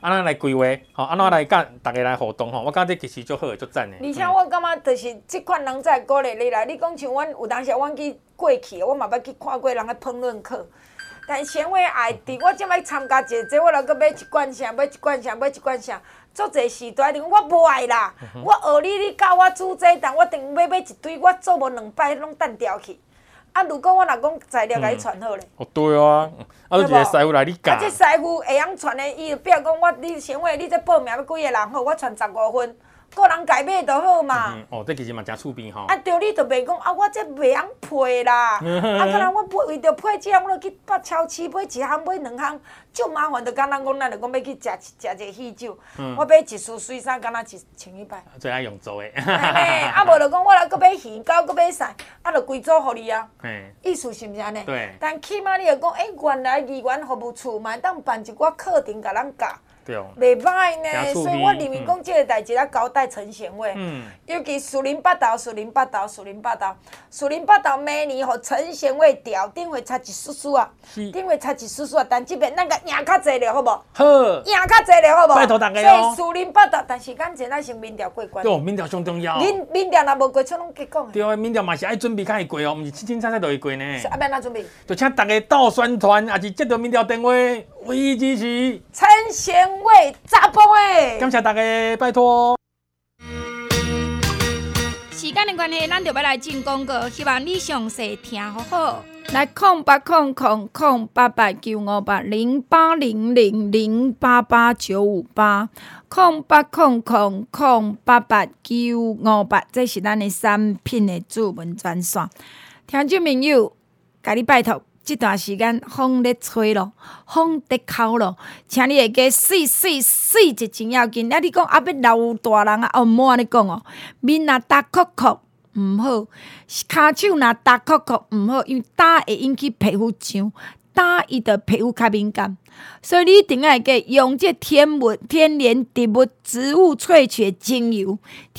安怎来规划，吼，安怎来甲大家来互动吼，我感觉这其实足好诶，足赞诶。 而且我感觉就是即款人才鼓励你啦。你讲像阮有当时阮去过去，我嘛捌去看过人诶烹饪课。但咸味爱伫我即摆参加一个，这我来搁买一罐啥，买一罐啥，买一罐啥，足侪时段，我无爱啦。我学你教我煮这，但我定要买一堆，我做无2摆拢单掉去。啊，如果我若讲材料甲你传好咧， 哦对啊，啊，一个师傅来你教。 啊，这师傅会晓传的，伊就比如讲你咸味，你这报名要几个人好，我传15分。个人家买就好嘛。 哦，这其实嘛真趣味吼。 啊，对，你就袂讲啊，我这袂晓配啦。啊，可能我为着配这样，我去北超市买一项买2项，足麻烦。就敢若讲，咱就讲要去食一个喜酒，我买一束水衫，敢若1100。 最爱用做的。 啊，无就讲我来搁买鱼糕，搁买啥，啊，就规组互你啊。意思是毋是安尼？ 对。 但起码你就讲，原来义园服务处嘛，当办一寡课程，甲咱教。袂歹呢，所以我认为讲这个代志要交代陈贤伟，尤其树林八道，明年互陈贤伟调，顶回差一丝丝啊，但即边咱个赢较济了，好无？ 好， 赢较济了，好无？ 拜托大家哦。 所以树林八道，但是咱前咱先民调过关。 对，民调上重要。 民调若无过，像拢结讲的。 对，民调嘛是爱准备较会过哦，毋是清清彩彩就会过呢。 是啊，要哪准备？ 就请大家斗宣传，也是接到民调电话，唯一支持陈贤伟查甫的。 感谢大家，拜托。 时间的关系，咱就要来进广告，希望你详细听好好。来080008895808889580889898，这是咱的产品的主文专线。听众朋友，甲你拜托。这段时间风咧吹咯，风在哭咯，请你会加水一真要紧。啊，你讲啊要老大人啊，毋好安尼讲哦。面若干壳壳毋好，骹手若干壳壳毋好，因为干会引起皮肤痒，干伊的皮肤较敏感，所以你一定要加用这天然植物植物萃取精油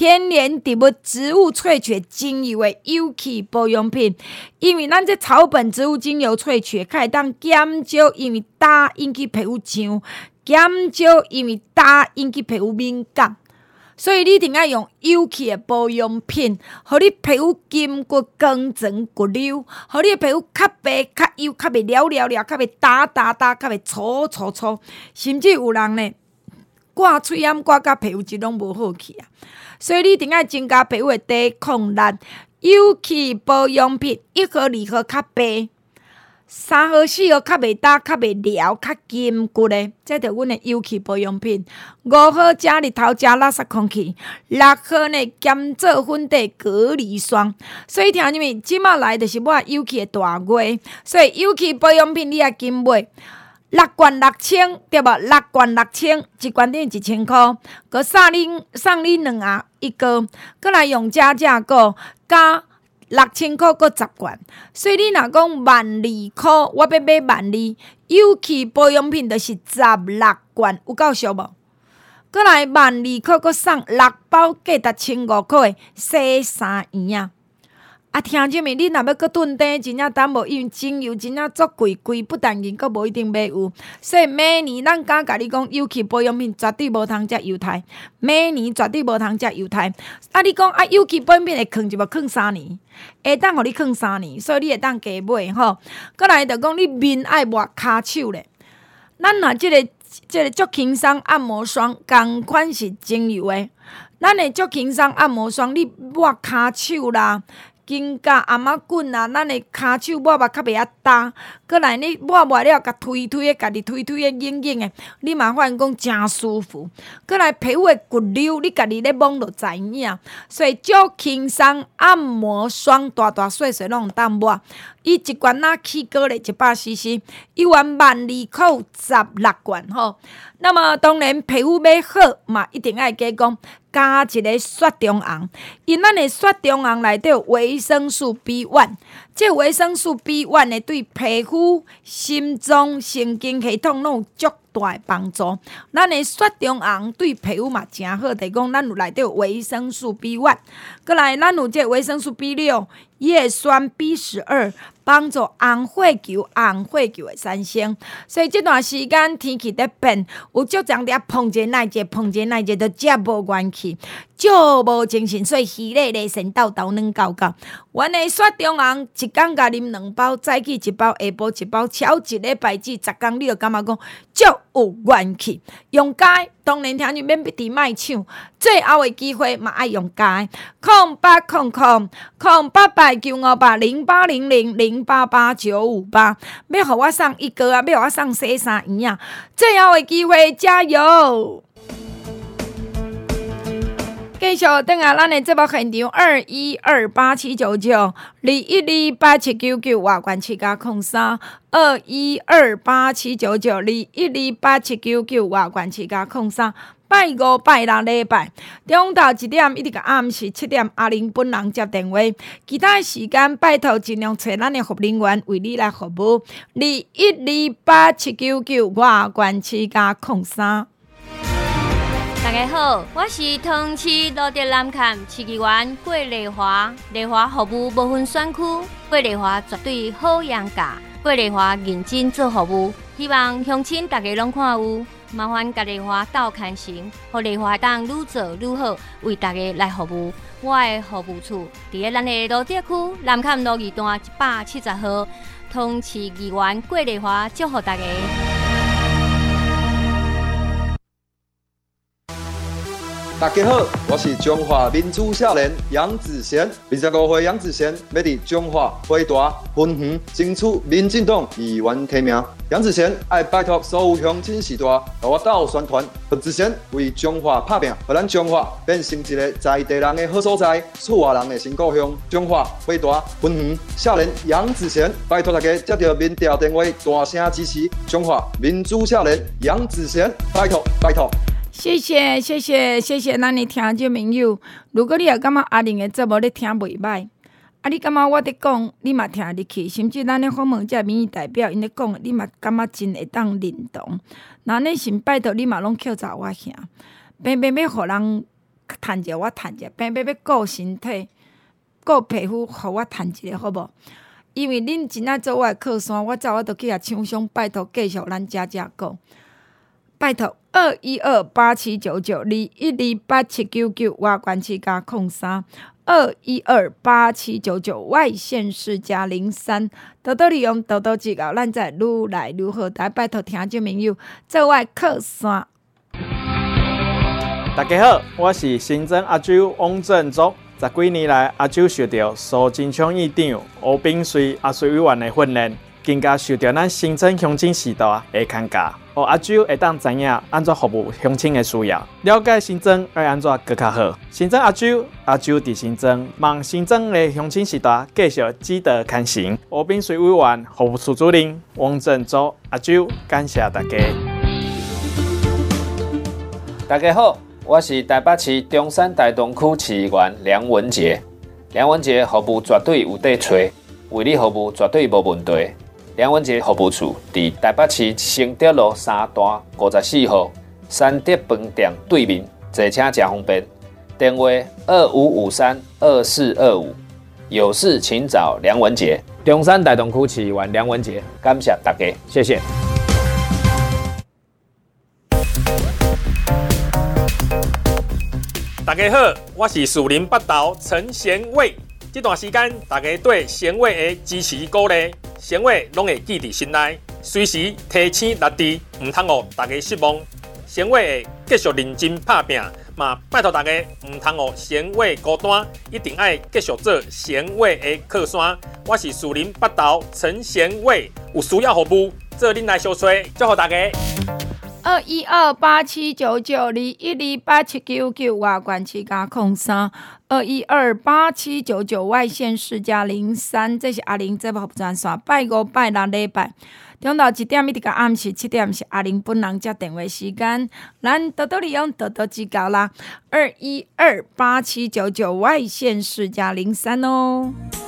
的有机保养品。因为咱这草本植物精油萃取，可以当减少因为干引起皮肤痒，减少因为干引起皮肤敏感。所以你一定要用有机的保养品，互你皮肤筋骨光泽骨溜，互你的皮肤较白、较油、较袂了，较袂打，较袂粗，甚至有人呢挂喙炎挂甲皮肤质拢无好去啊。所以你一定要增加皮肤的抵抗力。有机保养品1号、2号较白，3号、4号较袂打、较袂了、较筋骨的，这着阮的有机保养品。5号遮日头遮垃圾空气，6号呢减做粉底隔离霜。所以听你们即马来就是我有机的大月，所以有机保养品你也紧买。6罐6000，对无？6罐6000，一罐顶1000块，佮送你2盒1个，佮来用加购加6000块佮10罐。所以你若讲12000块，我要买12000，有机保养品就是16罐，有够俗无？佮来12000块佮送6包价值1500块的洗衫圆啊！啊，听众们，你若要搁炖茶，真正等无，因为精油真正足贵，不但银，佮无一定买有。所以每年咱敢甲你讲，有机保养品绝对无通食犹太，每年绝对无通食犹太。啊，你讲啊，有机保养品会藏就无藏3年，会当互你藏3年，所以你会当加买吼。搁来就讲你面爱抹骹手咧，咱若即个足轻松按摩霜，同款是精油的。咱的足轻松按摩霜，你抹骹手啦。筋甲阿妈棍啊，咱的骹手抹较袂遐干，搁来你抹了，甲推的，家己推的硬的，你嘛发现讲真舒服。搁来皮肤的骨溜，你家己咧摸就知影。所以足轻松按摩霜，大细拢当抹。伊一罐仔起膏咧100cc， 一罐12000块16罐吼。那么当然皮肤要好嘛，一定爱加讲加一个雪中红，因咱的雪中红内底有维生素 B1， 这维生素 B1 呢对皮肤、心脏、神经系统拢有足大的帮助。咱的雪中红对皮肤嘛真好，就是讲咱有内底有维生素 B1， 过来咱有这维生素 B6、叶酸 B12。帮助红血球的产生，所以这段时间天气在变，有足长伫碰者耐者，就遮无元气，足无精神，所以虚累累神斗斗软搞搞。阮的雪中红一工甲啉2包，早起1包，下晡1包，超1礼拜至10工，你就感觉讲足有元气。用钙，当然听就免伫卖抢，最后的机会嘛爱用钙。0800-958-08000088958，要互我送1个啊，要互我送洗衫衣啊！最后的机会，加油！继续等下咱的节目现场212879921287999外关7加03 212879921287999外关7加03。拜5、拜6礼拜，中昼1点一直到暗时7点，阿玲本人接电话。其他时间拜托尽量找咱的服务人员为你来服务。2128799外关7加03。 大家好，我是桃市罗德南崁市议员郭丽华。丽华服务无分选区，郭丽华绝对好养价。郭丽华认真做服务，希望乡亲大家拢看有。麻烦甲丽华斗牵成，互丽华当愈做愈好，为大家来服务。我的服务处伫咧咱的罗德区南崁路2段170号，桃市议员郭丽华祝福大家。 大家好，我是中华民主少年杨子贤。25岁杨子贤要伫中华花大分园争取民进党议员提名。杨子贤爱拜托所有乡亲时代，和我斗宣传。杨子贤为中华打拼，让咱中华变成一个在地人的好所在，厝外人的新故乡。中华花大分园少年杨子贤，拜托大家接到民调电话，大声支持中华民主少年杨子贤，拜托拜托。 谢谢咱的听众朋友。如果你也感觉阿玲的节目你听袂歹，你感觉我伫讲，你嘛听入去，甚至咱咧访问这民意代表，因咧讲，你嘛感觉真会当认同。那呢，先拜托你嘛拢扣查我兄，偏要互人趁者我趁者，偏要顾身体、顾皮肤，互我趁一个好无？因为恁真爱做我的靠山，我走我都去甲厂商拜托继续咱加顾。拜托212879921287999外关7加03 2128799外县市加03，多多利用，多多指教，咱才愈来愈好。大家拜托听众朋友做我靠山。 大家好，我是新增阿周汪振祖。10几年来，阿周受到苏贞昌议长吴秉绥阿水委员的训练，更加受到咱新增乡亲时代的看教。互阿周会当知影安怎服务乡亲的需要，了解新增要安怎更较好。新增阿周伫新增，望新增的乡亲时代继续指导牵行。吴秉绥委员、服务处主任汪振祖阿周，感谢大家。 大家好，我是台北市中山大东区市议员梁文杰。梁文杰服务绝对有底找，为你服务绝对无问题。梁文杰服务处伫台北市承德路3段54号三德饭店对面，坐车真方便。电话25532425，有事请找梁文杰。中山大东区市议员梁文杰，感谢大家，谢谢。 大家好，我是树林北投陈贤伟。这段时间，大家对贤伟的支持鼓励，贤伟拢会记伫心内，随时提醒力治，唔通互大家失望。贤伟会继续认真打拼，嘛拜托大家唔通互贤伟孤单，一定爱继续做贤伟的靠山。我是树林北投陈贤伟，有需要服务，做恁来相找，祝福大家。 212879921287999外关7加03 2128799外县市加03，这是阿玲节目服务专线。拜5、拜6礼拜，中昼1点一直到暗时7点是阿玲本人接电话时间，咱多多利用，多多指教啦。2128799外县市加03哦。